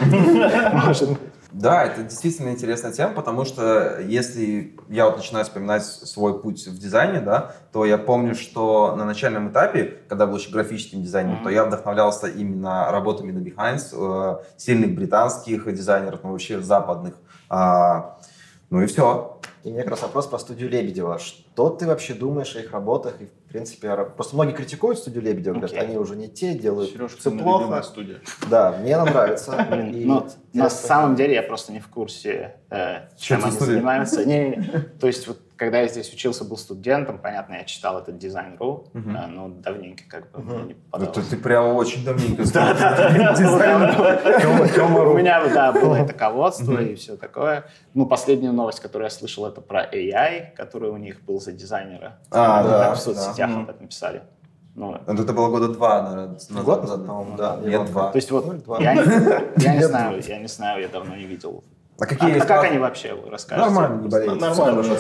Speaker 2: Может.
Speaker 1: Да, это действительно интересная тема, потому что если я начинаю вспоминать свой путь в дизайне, то я помню, что на начальном этапе, когда был еще графическим дизайнером, то я вдохновлялся именно работами на Behance, сильных британских дизайнеров, вообще западных. И все.
Speaker 3: И мне как раз вопрос про студию Лебедева. Что ты вообще думаешь о их работах? И, в принципе, просто многие критикуют студию Лебедева, говорят, они уже не те, делают все плохо.
Speaker 4: Студия.
Speaker 3: Да, мне она нравится.
Speaker 2: На самом деле я просто не в курсе, чем они занимаются. То есть, когда я здесь учился, был студентом, понятно, я читал этот Design.ru, но давненько мне не попадалось.
Speaker 1: Ты прямо очень давненько.
Speaker 2: У меня, было и таководство, и все такое. Последнюю новость, которую я слышал, это про AI, который у них был за дизайнера. В соцсетях об этом писали.
Speaker 1: Это было года 2, наверное,
Speaker 3: год назад, по-моему, да.
Speaker 1: Нет, 2.
Speaker 2: То есть я не знаю, я давно не видел.
Speaker 1: А
Speaker 2: как они вообще расскажут?
Speaker 1: Нормально, не болеют.
Speaker 4: Нормально.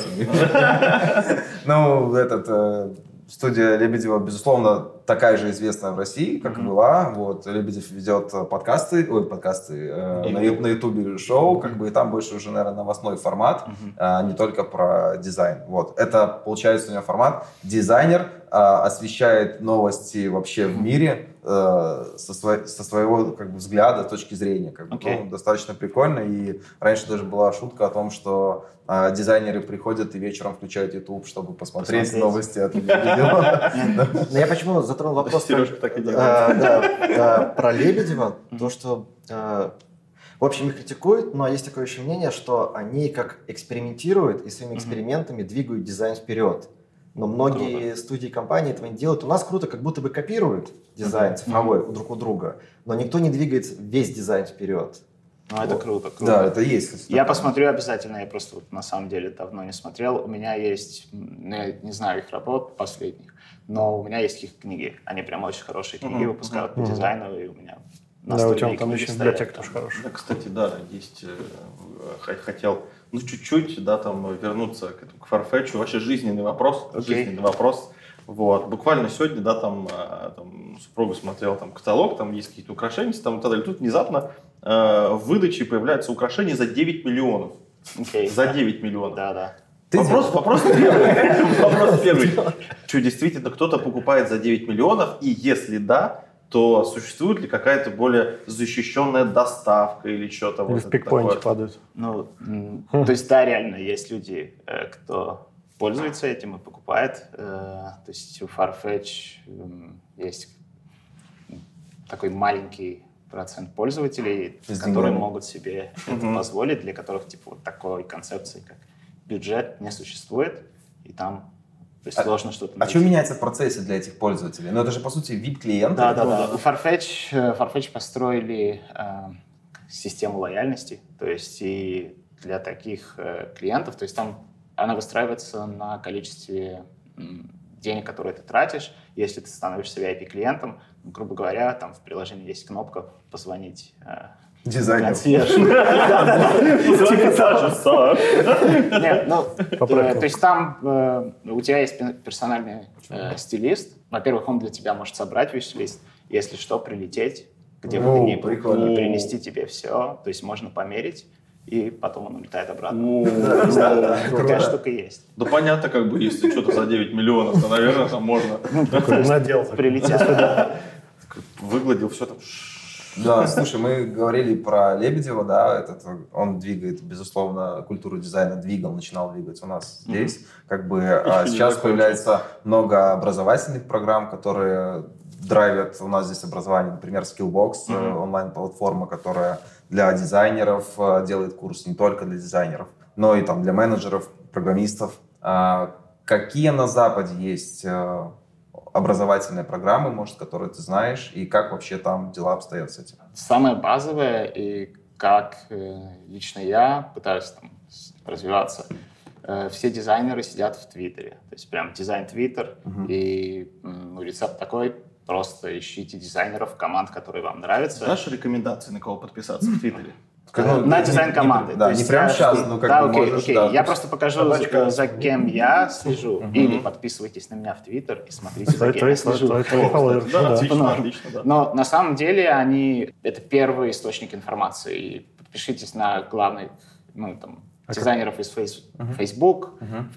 Speaker 1: Студия Лебедева, безусловно, такая же известная в России, как и была. Лебедев ведет подкасты на Ютубе шоу, и там больше уже, наверное, новостной формат, не только про дизайн. Это, получается, у него формат. Дизайнер освещает новости вообще в мире со своего взгляда, точки зрения. Достаточно прикольно. И раньше даже была шутка о том, что дизайнеры приходят и вечером включают YouTube, чтобы посмотреть новости от Лебедева.
Speaker 3: Я почему затронул затронул вопрос
Speaker 4: Сережка так и делает.
Speaker 3: про Лебедева, то, что в общем их критикуют, но есть такое еще мнение, что они как экспериментируют и своими экспериментами двигают дизайн вперед. Но многие студии и компании этого не делают. У нас круто, как будто бы копируют дизайн цифровой друг у друга, но никто не двигает весь дизайн вперед.
Speaker 2: Ну, это круто.
Speaker 1: Да, это есть.
Speaker 2: Я посмотрю обязательно, я просто на самом деле давно не смотрел. У меня есть, я не знаю их работ последних, но у меня есть их книги. Они прям очень хорошие книги выпускают по дизайну, и у меня на
Speaker 5: Да, у
Speaker 2: столе
Speaker 5: тебя там еще библиотека тоже хорошая.
Speaker 4: Да, кстати, да, есть, хотел, чуть-чуть, да, там, вернуться к Farfetch. Вообще жизненный вопрос, Вот, буквально сегодня, да, там супруга смотрела там каталог, там есть какие-то украшения, там и так далее. Тут внезапно в выдаче появляется украшение за 9 миллионов. За 9 миллионов.
Speaker 2: Да.
Speaker 4: Вопрос первый. Что, действительно, кто-то покупает за 9 миллионов? И если да, то существует ли какая-то более защищенная доставка или что-то
Speaker 5: Или
Speaker 4: вот
Speaker 5: в пикпоинте падают.
Speaker 2: Ну, то есть, да, реально, есть люди, кто пользуется этим и покупает. То есть у Farfetch есть такой маленький процент пользователей, которые могут себе это позволить, для которых типа вот такой концепции, как бюджет, не существует, и там сложно что-то найти.
Speaker 1: А что меняется в процессе для этих пользователей? Ну, это же, по сути, VIP-клиенты.
Speaker 2: Да. У Farfetch построили систему лояльности, то есть и для таких клиентов, то есть там она выстраивается на количестве денег, которые ты тратишь. Если ты становишься VIP-клиентом, грубо говоря, там в приложении есть кнопка «Позвонить
Speaker 1: Дизайнер.
Speaker 2: консьержу». Нет, то есть там у тебя есть персональный стилист. Во-первых, он для тебя может собрать виш-лист, если что, прилететь, где бы ты ни был, и принести тебе все. То есть можно померить, и потом он улетает обратно. Такая штука есть.
Speaker 4: Да понятно, как бы, если что-то за 9 миллионов, то, наверное, там можно.
Speaker 5: Надел.
Speaker 2: Прилетел.
Speaker 4: Выгладил все там.
Speaker 1: Да, слушай, мы говорили про Лебедева, да, он двигает, безусловно, культуру дизайна начинал двигать у нас здесь. Как бы сейчас появляется много образовательных программ, которые драйвят у нас здесь образование. Например, Skillbox, онлайн-платформа, которая для дизайнеров делает курс не только для дизайнеров, но и там для менеджеров, программистов. Какие на Западе есть образовательные программы, может, которые ты знаешь, и как вообще там дела обстоят с этим?
Speaker 2: Самое базовое, и как лично я пытаюсь там развиваться, все дизайнеры сидят в Твиттере. То есть прям дизайн Твиттер, и рецепт такой: просто ищите дизайнеров, команд, которые вам нравятся.
Speaker 4: Дашь рекомендации, на кого подписаться в Твиттере?
Speaker 2: На дизайн команды.
Speaker 1: Да, не прямо сейчас, но как бы можешь.
Speaker 2: Окей. Я просто покажу, за кем я слежу. Или подписывайтесь на меня в Твиттер и смотрите, за кем я слежу.
Speaker 4: Да, отлично.
Speaker 2: Но на самом деле это первый источник информации. И подпишитесь на главных дизайнеров из Facebook.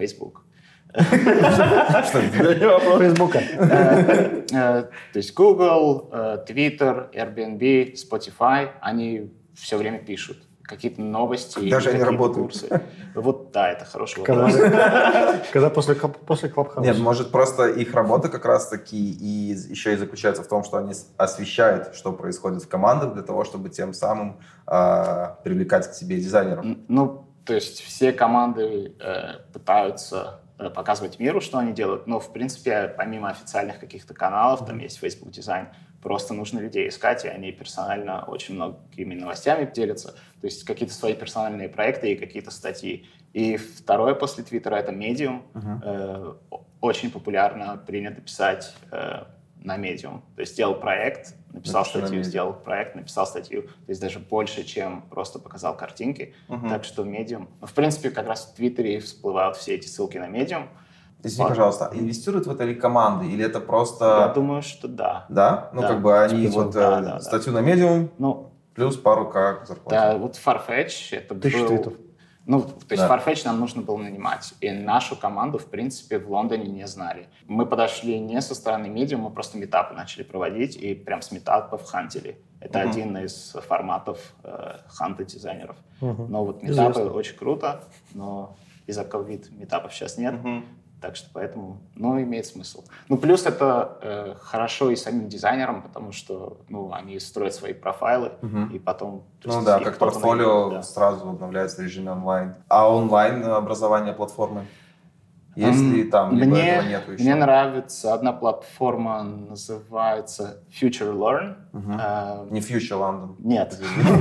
Speaker 5: Фейсбука.
Speaker 2: То есть Google, Twitter, Airbnb, Spotify, они все время пишут какие-то новости.
Speaker 1: Даже они работают.
Speaker 2: Курсы. Вот, да, это хороший вопрос.
Speaker 5: Когда после Clubhouse?
Speaker 1: Нет, может, просто их работа как раз-таки и еще и заключается в том, что они освещают, что происходит в командах, для того, чтобы тем самым привлекать к себе дизайнеров.
Speaker 2: Ну, то есть все команды пытаются показывать миру, что они делают, но, в принципе, помимо официальных каких-то каналов, там есть Facebook дизайн, просто нужно людей искать, и они персонально очень многими новостями делятся, то есть какие-то свои персональные проекты и какие-то статьи. И второе после Твиттера — это Medium. Очень популярно принято писать на Medium. То есть сделал проект, написал статью, сделал проект, написал статью. То есть даже больше, чем просто показал картинки. Так что Medium... в принципе, как раз в Твиттере всплывают все эти ссылки на Medium.
Speaker 1: Извини, пожалуйста, инвестируют в это ли команды, или это просто...
Speaker 2: Я думаю, что да.
Speaker 1: Да? Ну, как бы они статью на Medium, плюс пару как зарплату.
Speaker 2: Да, вот Farfetch это
Speaker 5: 1000 твитов.
Speaker 2: То есть Farfetch нам нужно было нанимать. И нашу команду, в принципе, в Лондоне не знали. Мы подошли не со стороны Medium, мы просто митапы начали проводить и прям с митапов хантили. Это один из форматов ханта дизайнеров. Но вот митапы очень круто, но из-за ковид митапов сейчас нет. Так что поэтому, имеет смысл. Плюс это хорошо и самим дизайнерам, потому что, они строят свои профайлы, и потом...
Speaker 1: как портфолио сразу обновляется в режиме онлайн. А онлайн образование платформы? Есть ли там, либо этого нету еще?
Speaker 2: Мне нравится одна платформа, называется Future Learn.
Speaker 1: Не Future London.
Speaker 2: Нет.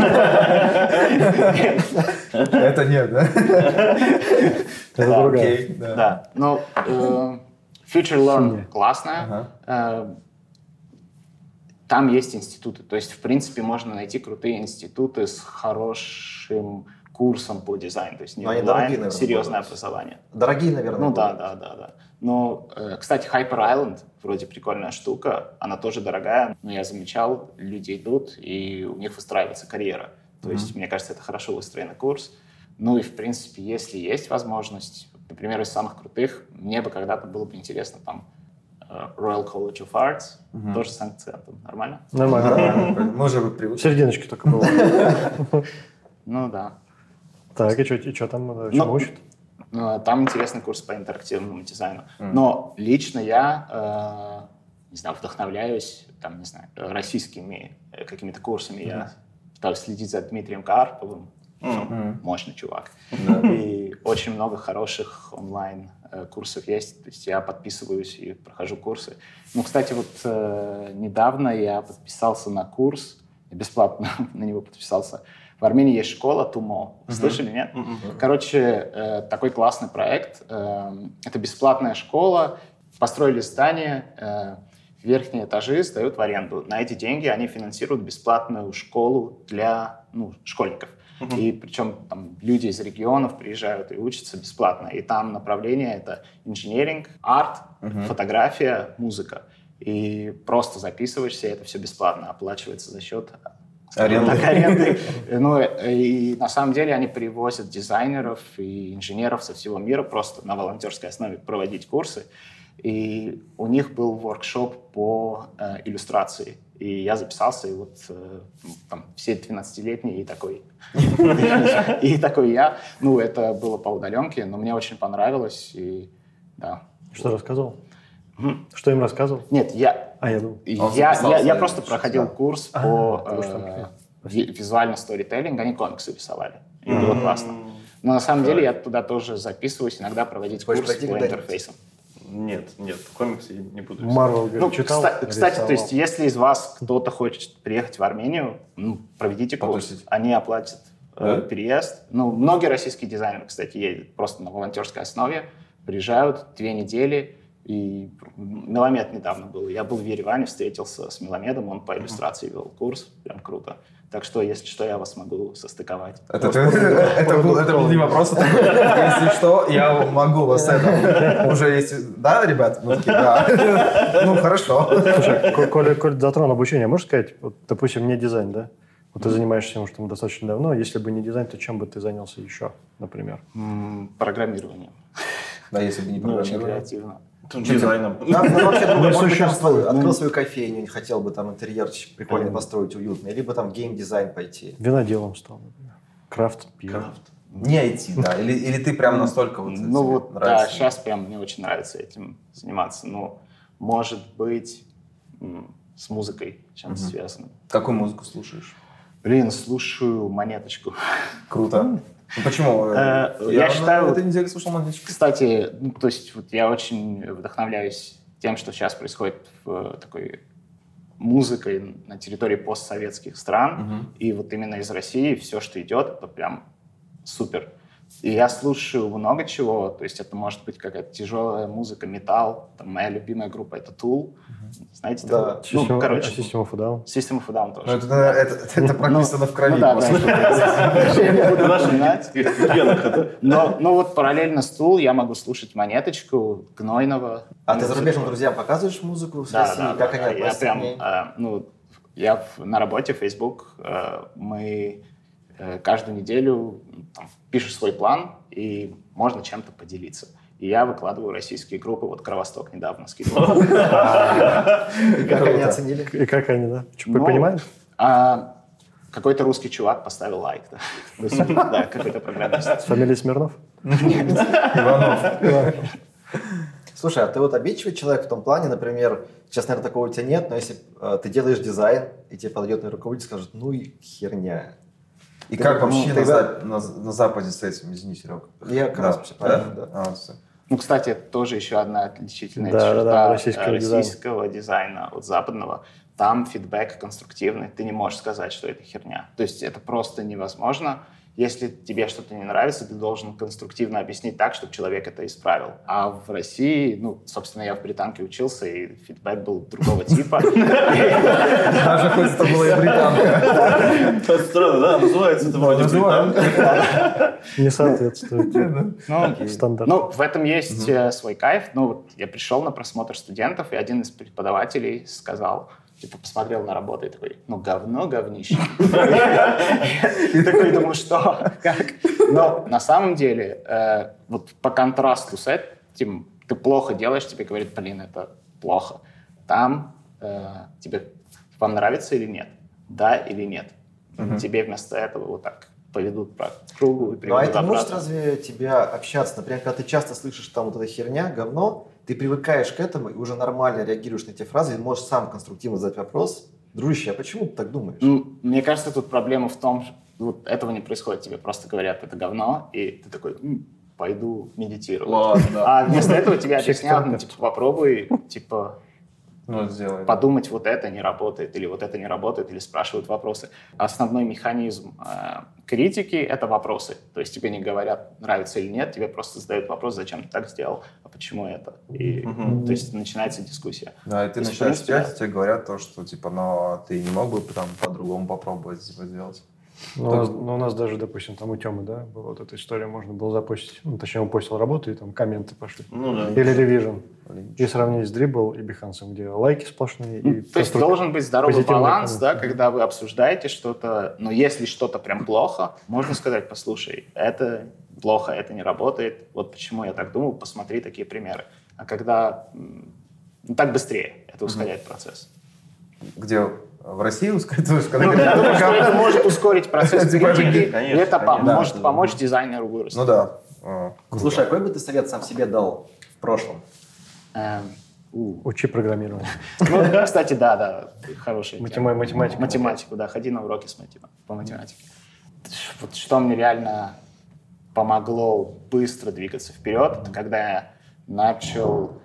Speaker 1: Это нет, да?
Speaker 5: Это другая.
Speaker 2: Да. Future Learn классная. Там есть институты. То есть, в принципе, можно найти крутые институты с хорошим курсом по дизайну. То есть не онлайн, серьезное образование.
Speaker 3: Дорогие, наверное.
Speaker 2: Да. Но, кстати, Hyper Island вроде прикольная штука. Она тоже дорогая. Но я замечал, люди идут, и у них выстраивается карьера. То есть, мне кажется, это хорошо выстроенный курс. И, в принципе, если есть возможность, например, из самых крутых, мне бы когда-то было бы интересно там Royal College of Arts, тоже с акцентом. Нормально?
Speaker 5: Нормально.
Speaker 1: Мы уже привыкли.
Speaker 5: Серединочки только было.
Speaker 2: Да.
Speaker 5: Так, и что там, чему учат?
Speaker 2: Там интересный курс по интерактивному дизайну. Но лично я, вдохновляюсь, российскими какими-то курсами. Я пытаюсь следить за Дмитрием Карповым. Мощный чувак. И очень много хороших онлайн-курсов есть. То есть я подписываюсь и прохожу курсы. Кстати, недавно я подписался на курс, бесплатно на него подписался. В Армении есть школа ТУМО. Слышали, нет? Короче, такой классный проект. Это бесплатная школа. Построили здание, верхние этажи сдают в аренду. На эти деньги они финансируют бесплатную школу для школьников. И причем там люди из регионов приезжают и учатся бесплатно. И там направление — это инженеринг, арт, фотография, музыка. И просто записываешься, и это все бесплатно оплачивается за счет аренды. И на самом деле они привозят дизайнеров и инженеров со всего мира просто на волонтерской основе проводить курсы. И у них был воркшоп по иллюстрации. И я записался, и все 12-летние, и такой я. Это было по удаленке, но мне очень понравилось. И, да.
Speaker 5: Что рассказывал? Что им рассказывал?
Speaker 2: Нет, я
Speaker 5: думал.
Speaker 2: Я просто проходил курс по визуальному сторителлингу, они комиксы рисовали. И было классно. Но на самом деле я туда тоже записываюсь, иногда проводить курс по интерфейсам.
Speaker 4: Нет, комиксы я не буду.
Speaker 5: Марвел читал?
Speaker 2: Кстати, то есть, если из вас кто-то хочет приехать в Армению, проведите курс. Они оплатят переезд. Многие российские дизайнеры, кстати, едут просто на волонтерской основе, приезжают 2 недели. И Меламед недавно был. Я был в Ереване, встретился с Меламедом, он по иллюстрации вел курс. Прям круто. Так что, если что, я вас могу состыковать.
Speaker 1: Это был не вопрос. Если что, я могу вас уже есть... Да, ребят? Да. Хорошо.
Speaker 5: Слушай, Коль затронул обучение, можешь сказать, допустим, не дизайн, да? Ты занимаешься тем, что достаточно давно. Если бы не дизайн, то чем бы ты занялся еще, например?
Speaker 2: Программированием.
Speaker 1: Да, если бы не программирование.
Speaker 2: Очень креативно.
Speaker 4: Дизайном.
Speaker 3: Вообще, открыл свою кофейню, хотел бы там интерьерчик прикольно построить, уютный, либо там гейм-дизайн пойти.
Speaker 5: Виноделом стал, например. Крафт, пиво.
Speaker 1: Не идти, да. Или ты прям настолько нравится?
Speaker 2: Да, сейчас прям мне очень нравится этим заниматься. Может быть, с музыкой чем-то связано.
Speaker 1: Какую музыку слушаешь?
Speaker 2: Слушаю Монеточку.
Speaker 1: Круто. Почему?
Speaker 2: Я считаю...
Speaker 1: Этой неделе слушал Монеточку.
Speaker 2: Кстати, я очень вдохновляюсь тем, что сейчас происходит в такой музыкой на территории постсоветских стран. И именно из России все, что идет, это прям супер. И я слушаю много чего. То есть это может быть какая-то тяжелая музыка, металл. Моя любимая группа — это Tool. Знаете?
Speaker 3: Да.
Speaker 5: System of a Down.
Speaker 2: System of a Down тоже.
Speaker 1: Это прописано в крови.
Speaker 2: Я не буду начинать. Но параллельно с Tool я могу слушать Монеточку, Гнойного.
Speaker 3: А ты зарубежным друзьям показываешь музыку с России? Как они относятся к ней?
Speaker 2: Я на работе, Facebook, мы каждую неделю пишешь свой план, и можно чем-то поделиться. И я выкладываю российские группы. Кровосток недавно скидывал.
Speaker 3: И как они оценили?
Speaker 5: И как они, да? Понимаешь?
Speaker 2: Какой-то русский чувак поставил лайк. Да, какой-то программист.
Speaker 5: Фамилия Смирнов?
Speaker 2: Нет.
Speaker 1: Иванов.
Speaker 3: Слушай, а ты вот обидчивый человек в том плане, например, сейчас, наверное, такого у тебя нет, но если ты делаешь дизайн, и тебе подойдет руководитель и скажет, ну и херня.
Speaker 1: И как вообще на Западе с этим, извини, Серега?
Speaker 3: Я как раз все правильно, да.
Speaker 2: Ну, кстати, это тоже еще одна отличительная
Speaker 5: черта
Speaker 2: российского дизайна от западного. Там фидбэк конструктивный, ты не можешь сказать, что это херня. То есть это просто невозможно. Если тебе что-то не нравится, ты должен конструктивно объяснить так, чтобы человек это исправил. А в России, ну, собственно, я в британке учился, и фидбэк был другого типа.
Speaker 1: Даже хоть это была и британка.
Speaker 4: Это странно, да? Называется это вроде британка.
Speaker 5: Не соответствует стандарту.
Speaker 2: Ну, в этом есть свой кайф. Ну, вот я пришел на просмотр студентов, и один из преподавателей сказал, типа, посмотрел на работу и такой, ну, говнище. И такой, думаю, что, как? Но на самом деле, вот по контрасту с этим, ты плохо делаешь, тебе говорят, блин, это плохо. Там тебе, вам нравится или нет? Да или нет? Тебе вместо этого вот так поведут по кругу и приведут обратно.
Speaker 3: Ну, а это может разве тебя общаться? Например, когда ты часто слышишь там вот эта херня, говно, ты привыкаешь к этому и уже нормально реагируешь на эти фразы и можешь сам конструктивно задать вопрос. Дружище, а почему ты так думаешь?
Speaker 2: Ну, мне кажется, тут проблема в том, что вот этого не происходит. Тебе просто говорят, это говно, и ты такой, пойду медитировать.
Speaker 4: Ладно.
Speaker 2: А вместо этого тебя объясняют, ну, типа, попробуй, типа, подумать, вот это не работает, или вот это не работает, или спрашивают вопросы. Основной механизм критики — это вопросы. То есть тебе не говорят, нравится или нет, тебе просто задают вопрос, зачем ты так сделал, а почему это. И, то есть начинается дискуссия.
Speaker 1: Да, и ты начинаешь читать, тебе говорят то, что, типа, но ты не мог бы там по-другому попробовать сделать.
Speaker 5: Ну, у нас даже, допустим, там у Тёмы, да, была вот эта история, можно было запостить, ну, точнее, он постил работу, и там комменты пошли.
Speaker 4: Ну, да.
Speaker 5: Или Revision. И сравнить с Dribble и Behance, где лайки сплошные. И
Speaker 2: то есть должен быть здоровый баланс, да, когда вы обсуждаете что-то, но если что-то прям плохо, можно сказать, послушай, это плохо, это не работает, вот почему я так думал, посмотри такие примеры. А когда так быстрее, это ускоряет процесс.
Speaker 1: Где в России ускорить?
Speaker 2: Это может ускорить процесс критики, и это может помочь дизайнеру вырасти.
Speaker 1: Ну да.
Speaker 3: Слушай, а какой бы ты совет сам себе дал в прошлом?
Speaker 5: Учи программирование.
Speaker 2: Ну, кстати, да, хорошая тема.
Speaker 5: Математику,
Speaker 2: да, ходи на уроки по математике. Вот что мне реально помогло быстро двигаться вперед, это когда я начал...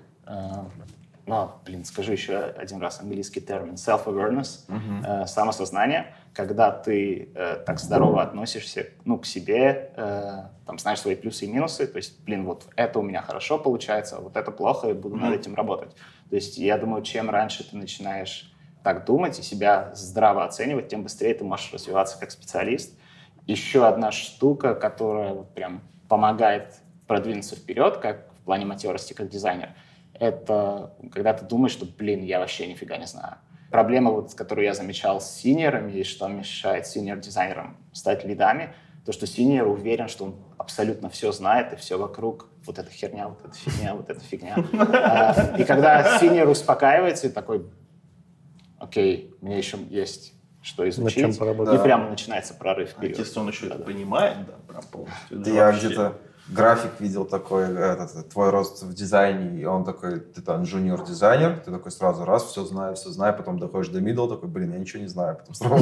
Speaker 2: скажу еще один раз английский термин self-awareness, самосознание, когда ты так здорово относишься к себе, там, знаешь свои плюсы и минусы, то есть, вот это у меня хорошо получается, а вот это плохо, и буду над этим работать. То есть я думаю, чем раньше ты начинаешь так думать и себя здраво оценивать, тем быстрее ты можешь развиваться как специалист. Еще одна штука, которая прям помогает продвинуться вперед, как в плане матерости, как дизайнер, это когда ты думаешь, что, я вообще нифига не знаю. Проблема, которую я замечал с синьорами, и что мешает синьор-дизайнерам стать лидами, то, что синьор уверен, что он абсолютно все знает, и все вокруг вот эта херня, вот эта фигня, вот эта фигня. И когда синьор успокаивается и такой, окей, мне еще есть что изучить, и прямо начинается прорыв вперед.
Speaker 4: Если он еще это понимает, прям полностью.
Speaker 1: Я где-то график видел такой, твой рост в дизайне, и он такой, ты там джуниор-дизайнер, ты такой сразу раз, все знаю, потом доходишь до middle, такой, я ничего не знаю,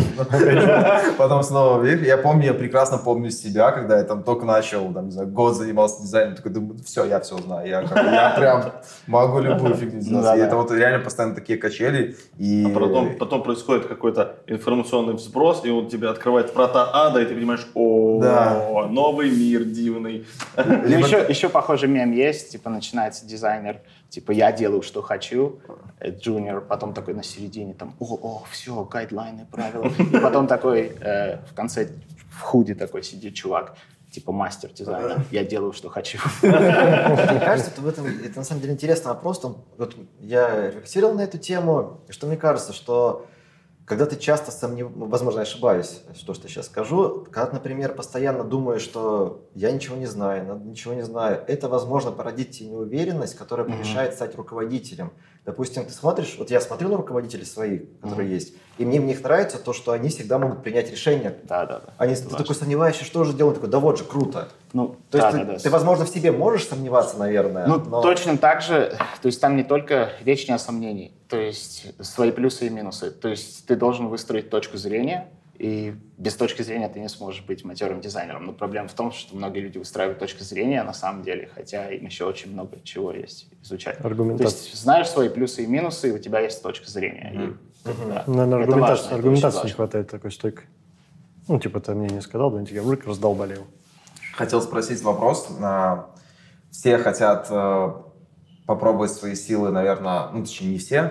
Speaker 1: потом снова вверх. Я прекрасно помню себя, когда я там только начал, год занимался дизайном, такой думаю, все, я все знаю, я прям могу любую фигню сделать. И это вот реально постоянно такие качели.
Speaker 4: А потом происходит какой-то информационный взброс, и он тебе открывает врата ада, и ты понимаешь, новый мир дивный.
Speaker 2: Еще похожий мем есть, начинается дизайнер, я делаю, что хочу, джуниор, потом такой на середине, все, гайдлайны, правила, и потом такой в конце в худи такой сидит чувак, мастер дизайна, я делаю, что хочу.
Speaker 3: Мне кажется, это на самом деле интересный вопрос, я рефлексировал на эту тему, и что мне кажется, что когда ты часто возможно, я ошибаюсь, что я сейчас скажу, когда ты, например, постоянно думаешь, что я ничего не знаю, это, возможно, породит тебе неуверенность, которая помешает стать руководителем. Допустим, ты смотришь, я смотрю на руководителей своих, которые есть, и мне в них нравится то, что они всегда могут принять решение.
Speaker 2: Да.
Speaker 3: Ты такой сомневаешься, что же делать, такой, да вот же, круто.
Speaker 2: Ну,
Speaker 3: То есть ты, возможно, в себе можешь сомневаться, наверное.
Speaker 2: Ну, точно так же, то есть там не только речь не о сомнении, то есть свои плюсы и минусы. То есть ты должен выстроить точку зрения, и без точки зрения ты не сможешь быть матерым дизайнером. Но проблема в том, что многие люди выстраивают точку зрения на самом деле, хотя им еще очень много чего есть изучать. То есть знаешь свои плюсы и минусы, и у тебя есть точка зрения.
Speaker 5: Наверное, аргументации не хватает такой стойкой. Ну, типа, ты мне не сказал, да, я вдруг раздолбали его.
Speaker 1: Хотел спросить вопрос. Все хотят попробовать свои силы, наверное, ну, точнее, не все,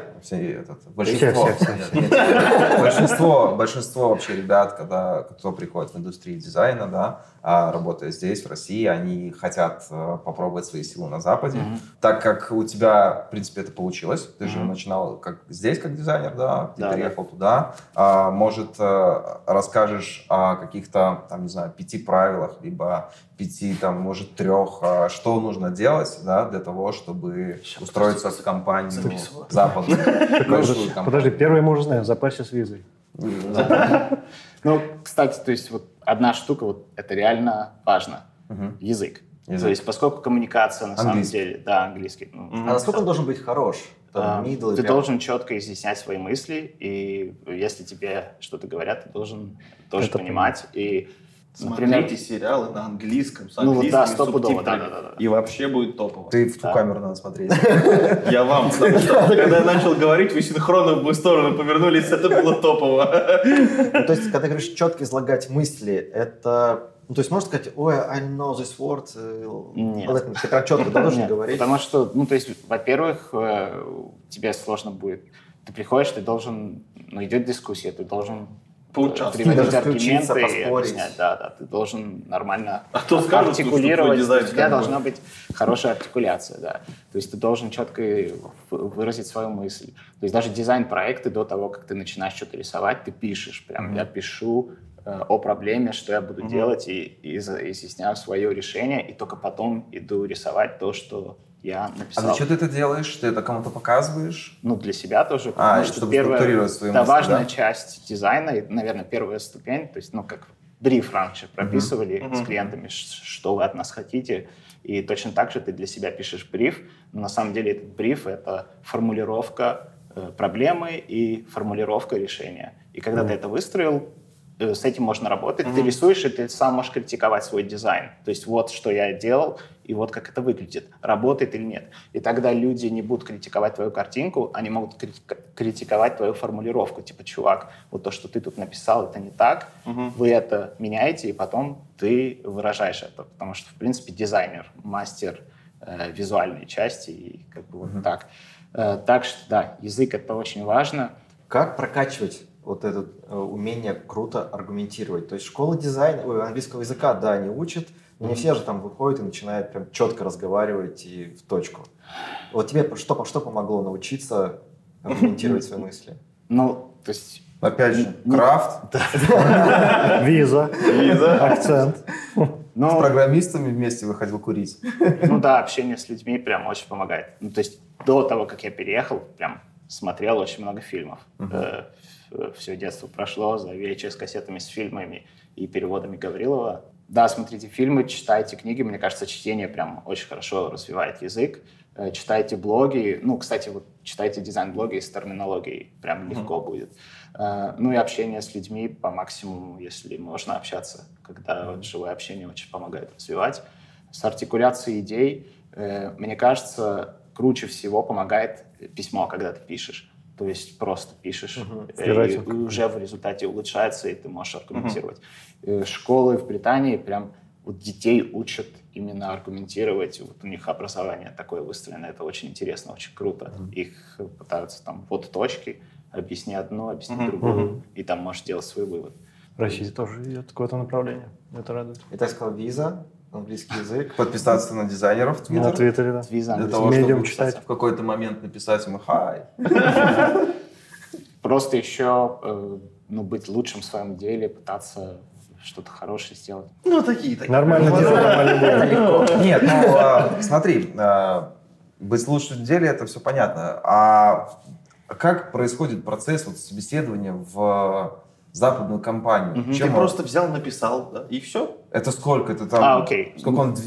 Speaker 1: большинство. Большинство вообще ребят, кто приходит в индустрию дизайна, да, работая здесь, в России, они хотят попробовать свои силы на Западе. Так как у тебя, в принципе, это получилось, ты же начинал здесь как дизайнер, да, ты переехал туда. Может, расскажешь о каких-то, там, не знаю, 5 правилах, либо 5, там, может, 3, что нужно делать, да, для того, чтобы устроиться в компанию западную.
Speaker 5: Подожди, первый мы уже знаем, в запасе с визой.
Speaker 2: Ну, кстати, то есть вот одна штука, вот это реально важно. Язык. То есть поскольку коммуникация на самом деле, да, английский.
Speaker 3: А насколько он должен быть хорош?
Speaker 2: Ты должен четко изъяснять свои мысли, и если тебе что-то говорят, ты должен тоже понимать. И
Speaker 4: смотрите сериалы на английском, с английскими субтитрами, и вообще будет топово.
Speaker 1: Ты в ту камеру надо смотреть.
Speaker 4: Я вам, потому что когда я начал говорить, вы синхронно в мою сторону повернулись, это было топово.
Speaker 3: То есть, когда ты говоришь четко излагать мысли, это... Ну, то есть, можно сказать, ой, I know this word?
Speaker 2: Нет.
Speaker 3: Ты прям четко должен говорить?
Speaker 2: Потому что, ну, то есть, во-первых, тебе сложно будет. Ты приходишь, ты должен... Ну, идет дискуссия, ты должен... приводить аргументы и объяснять. Да, ты должен нормально артикулировать. У тебя должна быть хорошая артикуляция, да. То есть ты должен четко выразить свою мысль. То есть даже дизайн-проекты до того, как ты начинаешь что-то рисовать, ты пишешь. Прям я пишу о проблеме, что я буду делать, и изъясняю свое решение, и только потом иду рисовать то, что я написал.
Speaker 1: А зачем ты это делаешь? Ты это кому-то показываешь?
Speaker 2: Ну, для себя тоже. Потому что
Speaker 1: чтобы структурировать свои мысли,
Speaker 2: важная часть дизайна, и, наверное, первая ступень, то есть, ну, как бриф раньше прописывали с клиентами, что вы от нас хотите, и точно так же ты для себя пишешь бриф, но на самом деле этот бриф — это формулировка проблемы и формулировка решения. И когда ты это выстроил, с этим можно работать. Ты рисуешь, и ты сам можешь критиковать свой дизайн. То есть вот что я делал, и вот как это выглядит. Работает или нет. И тогда люди не будут критиковать твою картинку, они могут критиковать твою формулировку. Типа, чувак, вот то, что ты тут написал, это не так. Вы это меняете, и потом ты выражаешь это. Потому что, в принципе, дизайнер, мастер визуальной части, и как бы вот так. Так что, да, язык — это очень важно.
Speaker 3: Как прокачивать вот это умение круто аргументировать? То есть школа дизайна, английского языка, да, не учат, но не все же там выходят и начинают прям четко разговаривать и в точку. Вот тебе что помогло научиться аргументировать свои мысли?
Speaker 2: Ну, то есть...
Speaker 1: Опять же, крафт.
Speaker 5: Виза. Акцент.
Speaker 1: С программистами вместе выходил курить.
Speaker 2: Ну да, общение с людьми прям очень помогает. Ну, то есть до того, как я переехал, прям смотрел очень много фильмов. Все детство прошло за VHS-кассетами с фильмами и переводами Гаврилова. Да, смотрите фильмы, читайте книги. Мне кажется, чтение прям очень хорошо развивает язык. Читайте блоги. Ну, кстати, вот читайте дизайн-блоги с терминологией. Прям легко будет. Ну и общение с людьми по максимуму, если можно общаться. Когда вот живое общение очень помогает развивать. С артикуляцией идей, мне кажется, круче всего помогает письмо, когда ты пишешь. То есть просто пишешь, и уже в результате улучшается, и ты можешь аргументировать. Школы в Британии прям вот детей учат именно аргументировать. Вот у них образование такое выстроено. Это очень интересно, очень круто. Их пытаются там вот точки, объясни одно, объясни другое, и там можешь делать свой вывод.
Speaker 5: В России тоже идет какое-то направление. Это радует.
Speaker 3: И так сказал, виза, английский язык.
Speaker 1: Подписаться на дизайнеров в Твиттере.
Speaker 5: На Твиттере, да.
Speaker 2: Для
Speaker 1: того, чтобы читать. В какой-то момент написать ему «Хай».
Speaker 2: Просто еще быть лучшим в своем деле, пытаться что-то хорошее сделать.
Speaker 4: Ну, такие.
Speaker 5: Нормально дело, нормально будет.
Speaker 1: Нет, ну, смотри, быть лучшим в деле — это все понятно. А как происходит процесс собеседования в западную компанию.
Speaker 4: Ты просто взял, написал, да, и все.
Speaker 1: Это сколько? Это там,
Speaker 2: окей.
Speaker 1: сколько он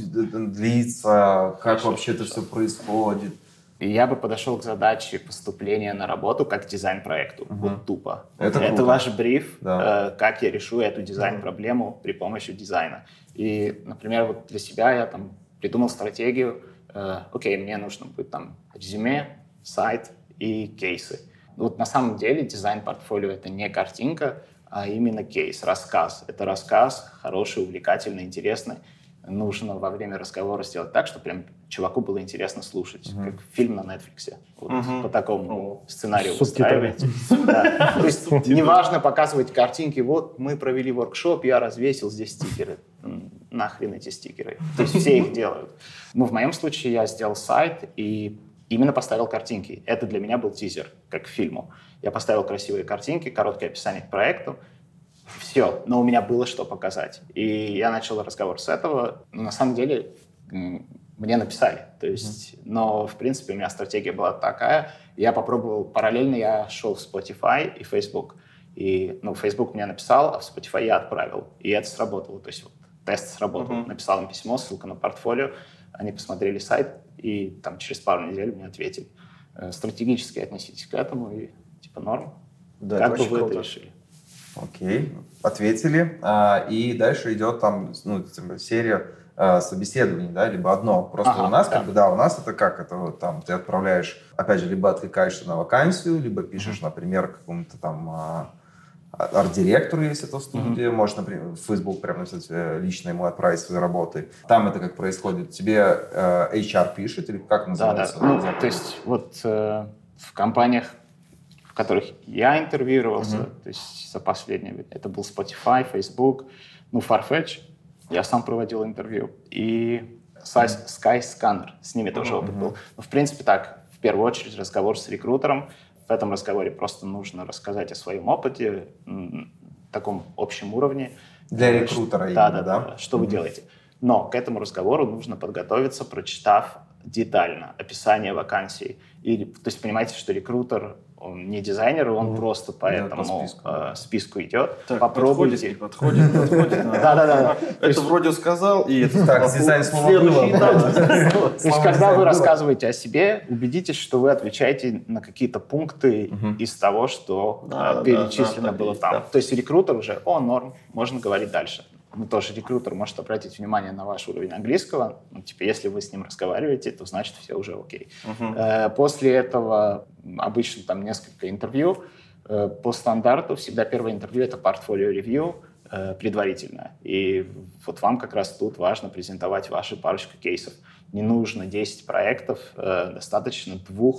Speaker 1: длится, как вообще это все происходит?
Speaker 2: Я бы подошел к задаче поступления на работу как к дизайн-проекту. Вот тупо.
Speaker 1: Это
Speaker 2: ваш бриф,
Speaker 1: да.
Speaker 2: как я решу эту дизайн-проблему при помощи дизайна. И, например, вот для себя я там придумал стратегию. Окей, мне нужно будет там резюме, сайт и кейсы. Вот на самом деле дизайн-портфолио — это не картинка, а именно кейс, рассказ. Это рассказ хороший, увлекательный, интересный. Нужно во время разговора сделать так, чтобы прям чуваку было интересно слушать, как фильм на Netflix. Вот по такому сценарию выстраиваете. Да. То есть неважно показывать картинки. Вот мы провели воркшоп, я развесил здесь стикеры. Нахрен эти стикеры. То есть все их делают. Но в моем случае я сделал сайт и именно поставил картинки. Это для меня был тизер, как к фильму. Я поставил красивые картинки, короткое описание к проекту. Все, но у меня было что показать. И я начал разговор с этого. На самом деле мне написали. То есть, но, в принципе, у меня стратегия была такая. Я попробовал, параллельно я шел в Spotify и Facebook. И, Facebook мне написал, а в Spotify я отправил. И это сработало. То есть вот, тест сработал. Написал им письмо, ссылка на портфолио. Они посмотрели сайт, и там через пару недель мне ответили. Стратегически относитесь к этому, и типа норм.
Speaker 3: Да,
Speaker 2: как
Speaker 3: это
Speaker 2: бы вы
Speaker 3: круто.
Speaker 2: это решили?
Speaker 1: Окей, ответили. И дальше идет там серия собеседований, да, либо одно. Просто у нас, у нас это как? Это вот там ты отправляешь, опять же, либо откликаешься на вакансию, либо пишешь, например, какому-то там арт-директору, если это студия, можешь, например, в Facebook прямо написать, лично ему отправить свои работы. Там это как происходит? Тебе HR пишет или как называется?
Speaker 2: Да. То есть вот в компаниях, в которых я интервьюировался, то есть за последнее, это был Spotify, Facebook, Farfetch, я сам проводил интервью, и Skyscanner, с ними тоже опыт был. Но, в принципе, так, в первую очередь разговор с рекрутером. В этом разговоре просто нужно рассказать о своем опыте, таком общем уровне.
Speaker 1: Для рекрутера именно,
Speaker 2: да? Что вы делаете. Но к этому разговору нужно подготовиться, прочитав детально описание вакансии. То есть понимаете, что рекрутер, он не дизайнер, он просто по этому списку идет.
Speaker 4: Так,
Speaker 2: попробуйте.
Speaker 4: Подходит.
Speaker 2: Да.
Speaker 4: Это вроде сказал, и это
Speaker 1: так, дизайн слово
Speaker 4: следующий
Speaker 1: было.
Speaker 2: То есть, когда вы рассказываете о себе, убедитесь, что вы отвечаете на какие-то пункты из того, что перечислено было там. То есть рекрутер уже, норм, можно говорить дальше. Тоже рекрутер может обратить внимание на ваш уровень английского. Если вы с ним разговариваете, то значит все уже окей. После этого обычно там несколько интервью. По стандарту всегда первое интервью — это портфолио-ревью предварительное. И вот вам как раз тут важно презентовать ваши парочку кейсов. Не нужно 10 проектов, достаточно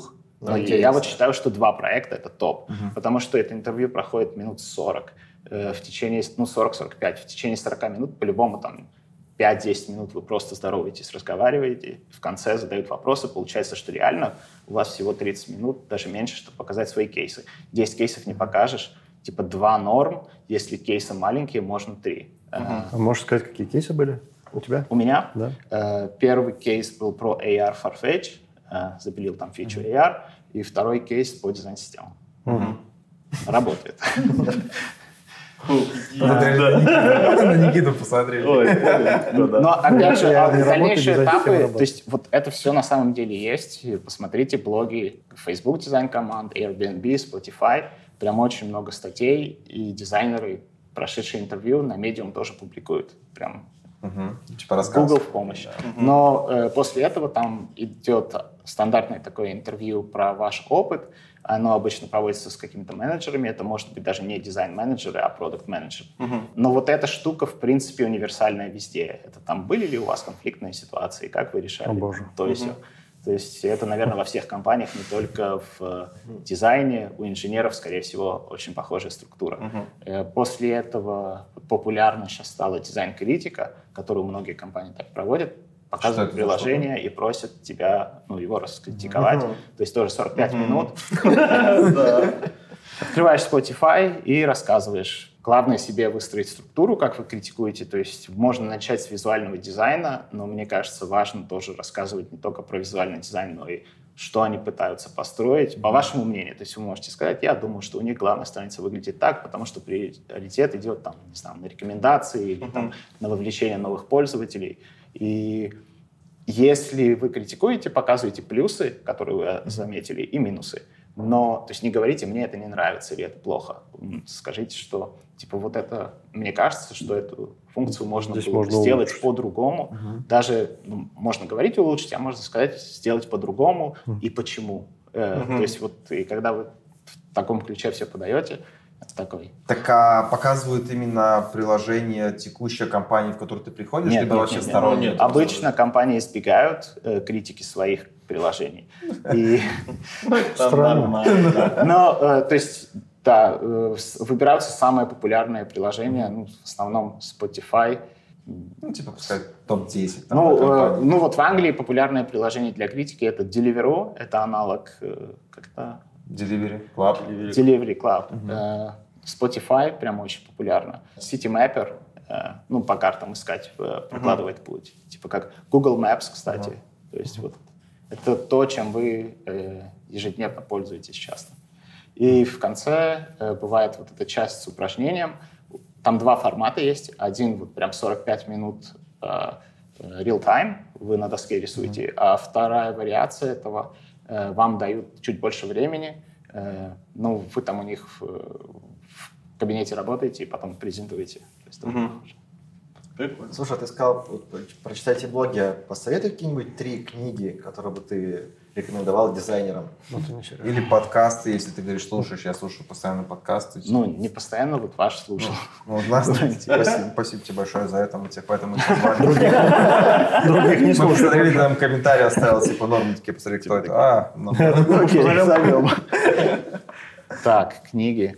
Speaker 2: 2. Я вот считаю, что 2 проекта — это топ. Потому что это интервью проходит минут 40. В течение, 40-45, в течение 40 минут по-любому там 5-10 минут вы просто здороваетесь, разговариваете, в конце задают вопросы, получается, что реально у вас всего 30 минут, даже меньше, чтобы показать свои кейсы. 10 кейсов не покажешь, 2 норм, если кейсы маленькие, можно 3.
Speaker 5: Можешь сказать, какие кейсы были у тебя?
Speaker 2: У меня?
Speaker 5: Да.
Speaker 2: Первый кейс был про AR Farfetch, запилил там фичу AR, и второй кейс по дизайн-системам. Работает.
Speaker 1: На Никиту посмотрели.
Speaker 2: Но, опять же, дальнейшие этапы, то есть вот это все на самом деле есть. Посмотрите блоги Facebook дизайн-команд, Airbnb, Spotify. Прям очень много статей, и дизайнеры, прошедшие интервью, на Medium тоже публикуют. Прям Google в помощь. Но после этого там идет стандартное такое интервью про ваш опыт. Оно обычно проводится с какими-то менеджерами. Это может быть даже не дизайн-менеджеры, а продакт-менеджер. Но вот эта штука, в принципе, универсальная везде. Это там были ли у вас конфликтные ситуации? Как вы решали?
Speaker 5: О, боже.
Speaker 2: То есть это, наверное, во всех компаниях, не только в дизайне. У инженеров, скорее всего, очень похожая структура. После этого популярна сейчас стала дизайн-критика, которую многие компании так проводят. Показывают приложение и просят тебя, его раскритиковать. То есть тоже 45 минут. Открываешь Spotify и рассказываешь. Главное себе выстроить структуру, как вы критикуете. То есть можно начать с визуального дизайна, но мне кажется, важно тоже рассказывать не только про визуальный дизайн, но и что они пытаются построить, по вашему мнению. То есть вы можете сказать, я думаю, что у них главная страница выглядит так, потому что приоритет идет там, не знаю, на рекомендации или там, на вовлечение новых пользователей. И если вы критикуете, показываете плюсы, которые вы заметили, и минусы. Но, то есть не говорите, мне это не нравится или это плохо. Скажите, что, типа, вот это, мне кажется, что эту функцию можно сделать по-другому. Даже, можно говорить улучшить, а можно сказать, сделать по-другому и почему. То есть вот, и когда вы в таком ключе все подаете, это такой.
Speaker 1: Так а показывают именно приложение текущей компании, в которую ты приходишь, либо вообще сторонние?
Speaker 2: Обычно компании избегают критики своих приложений.
Speaker 5: Странно.
Speaker 2: Но, то есть, да, выбираются самые популярные приложения, в основном Spotify.
Speaker 1: Типа, пускай топ-10.
Speaker 2: Ну, вот в Англии популярное приложение для критики — это Deliveroo, это аналог как-то...
Speaker 1: Delivery Club.
Speaker 2: Delivery Club. Spotify прям очень популярно. Citymapper, по картам искать, прокладывает путь. Типа как Google Maps, кстати. То есть вот это то, чем вы ежедневно пользуетесь часто. И в конце бывает вот эта часть с упражнением. Там два формата есть. Один вот прям 45 минут real-time, вы на доске рисуете, а вторая вариация этого вам дают чуть больше времени, вы там у них в кабинете работаете и потом презентуете.
Speaker 3: Прикольно. Слушай, ты сказал, прочитайте блоги. Посоветуй какие-нибудь 3 книги, которые бы ты рекомендовал дизайнерам?
Speaker 1: Или подкасты, если ты говоришь, слушаешь, я слушаю постоянно подкасты.
Speaker 2: Не постоянно, вот ваш слушал.
Speaker 1: Спасибо тебе большое за это, мы тебя поэтому и позвали.
Speaker 5: Других не слушаю.
Speaker 1: Мы посмотрели, там комментарий оставил, типа, нормы, такие, посмотри, кто это.
Speaker 2: Окей, зовем. Так, книги.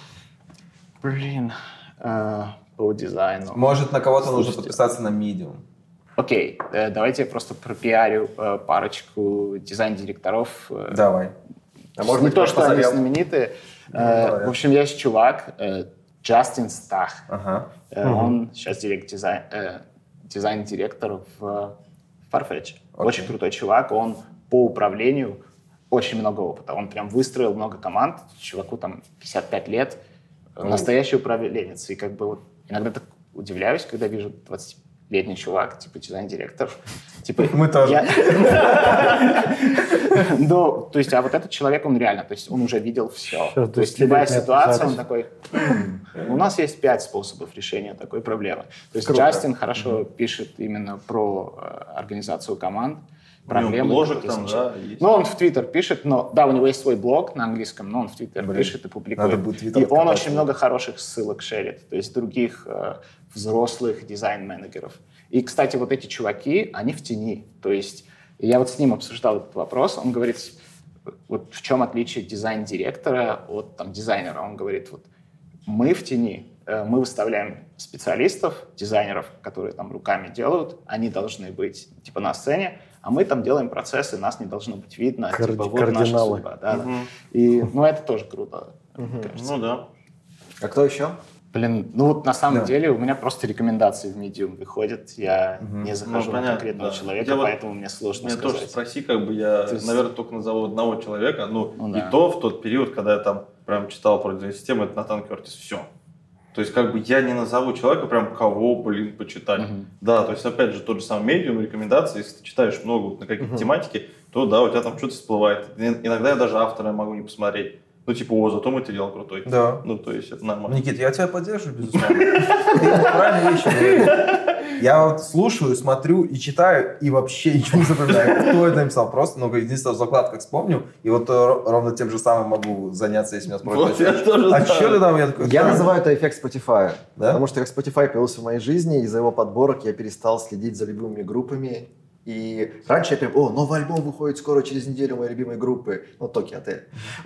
Speaker 2: По дизайну.
Speaker 1: Может, на кого-то нужно подписаться на Medium.
Speaker 2: Окей, давайте я просто пропиарю парочку дизайн-директоров.
Speaker 1: Давай.
Speaker 3: А может быть,
Speaker 2: не то, что
Speaker 3: позовем.
Speaker 2: они знаменитые. В общем, есть чувак, Джастин Стах. Он сейчас дизайн-директор в Farfetch. Очень крутой чувак. Он по управлению очень много опыта. Он прям выстроил много команд. Чуваку там 55 лет. Настоящий управленец. И как бы вот иногда так удивляюсь, когда вижу 20-летний чувак, типа дизайн-директор.
Speaker 1: Мы тоже.
Speaker 2: То есть, а вот этот человек, он реально, то есть он уже видел все. То есть любая ситуация, он такой, у нас есть 5 способов решения такой проблемы. То есть Джастин хорошо пишет именно про организацию команд, проблемы.
Speaker 4: Бложек там, да, есть.
Speaker 2: Он в Твиттер пишет, у него есть свой блог на английском, но он в Твиттер пишет и публикует. И он очень много хороших ссылок шерит, то есть других взрослых дизайн-менеджеров. И, кстати, вот эти чуваки, они в тени. То есть я вот с ним обсуждал этот вопрос, он говорит, вот в чем отличие дизайн-директора от дизайнера. Он говорит, вот мы в тени, мы выставляем специалистов, дизайнеров, которые там руками делают, они должны быть типа на сцене, а мы там делаем процессы, нас не должно быть видно, вот наша судьба. Да. И, это тоже круто, мне кажется.
Speaker 4: Да.
Speaker 3: А кто еще?
Speaker 2: На самом деле у меня просто рекомендации в Medium выходят, я не захожу на конкретного человека, поэтому мне сложно сказать.
Speaker 4: Меня тоже спроси, наверное, только назову одного человека, и то в тот период, когда я там прям читал про дизайн-систему, это Натан Кертис, все. То есть, я не назову человека, прям кого, почитать. Да, то есть, опять же, тот же самый Medium, рекомендации, если ты читаешь много на какие-то тематики, то да, у тебя там что-то всплывает. Иногда я даже автора могу не посмотреть. Зато материал крутой.
Speaker 1: Да.
Speaker 4: То есть, это нормально.
Speaker 1: Никит, я тебя поддерживаю, безусловно. Ты правильные вещи говоришь. Я вот слушаю, смотрю и читаю, и вообще ничего не запоминаю. Кто это написал? Просто, единственное, в закладках вспомню, и вот ровно тем же самым могу заняться, если меня спросят. А что ты там?
Speaker 3: Я называю это эффект Spotify.
Speaker 1: Да?
Speaker 3: Потому что как Spotify появился в моей жизни, из-за его подборок я перестал следить за любимыми группами. И раньше я прям, новый альбом выходит скоро, через неделю моей любимой группы. Токи Отель.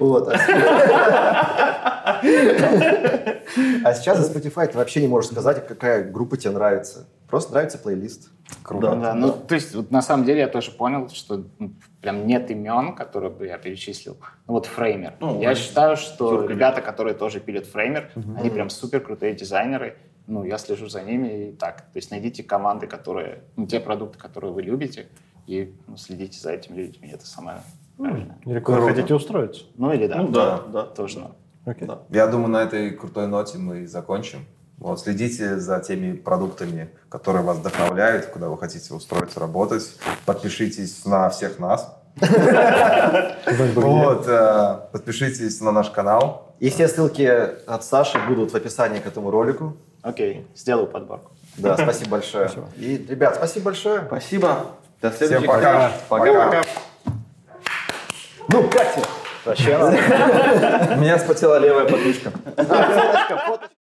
Speaker 3: А сейчас за Spotify ты вообще не можешь сказать, какая группа тебе нравится. Просто нравится плейлист.
Speaker 2: Круто. То есть, на самом деле я тоже понял, что прям нет имен, которые бы я перечислил. Фреймер. Я считаю, что ребята, которые тоже пилят Фреймер, они прям супер крутые дизайнеры. Я слежу за ними и так. То есть найдите команды, которые, те продукты, которые вы любите, и следите за этими людьми. Это самое Правильно?
Speaker 5: Или куда
Speaker 3: Круто.
Speaker 5: хотите устроиться?
Speaker 2: Ну или да.
Speaker 4: Ну да.
Speaker 2: Тоже норм.
Speaker 5: Окей.
Speaker 4: Да.
Speaker 1: Я думаю, на этой крутой ноте мы и закончим. Вот, следите за теми продуктами, которые вас вдохновляют, куда вы хотите устроиться, работать. Подпишитесь на всех нас. Вот, подпишитесь на наш канал.
Speaker 3: И все ссылки от Саши будут в описании к этому ролику.
Speaker 2: Окей, сделаю подборку.
Speaker 3: Да, спасибо большое. И, ребят, спасибо большое.
Speaker 4: Спасибо. До
Speaker 1: Всем
Speaker 4: следующих
Speaker 1: пока.
Speaker 4: встреч.
Speaker 1: Пока.
Speaker 3: Ну, Катя!
Speaker 1: У меня спотела левая подмышка.
Speaker 3: Фоточка, фоточка.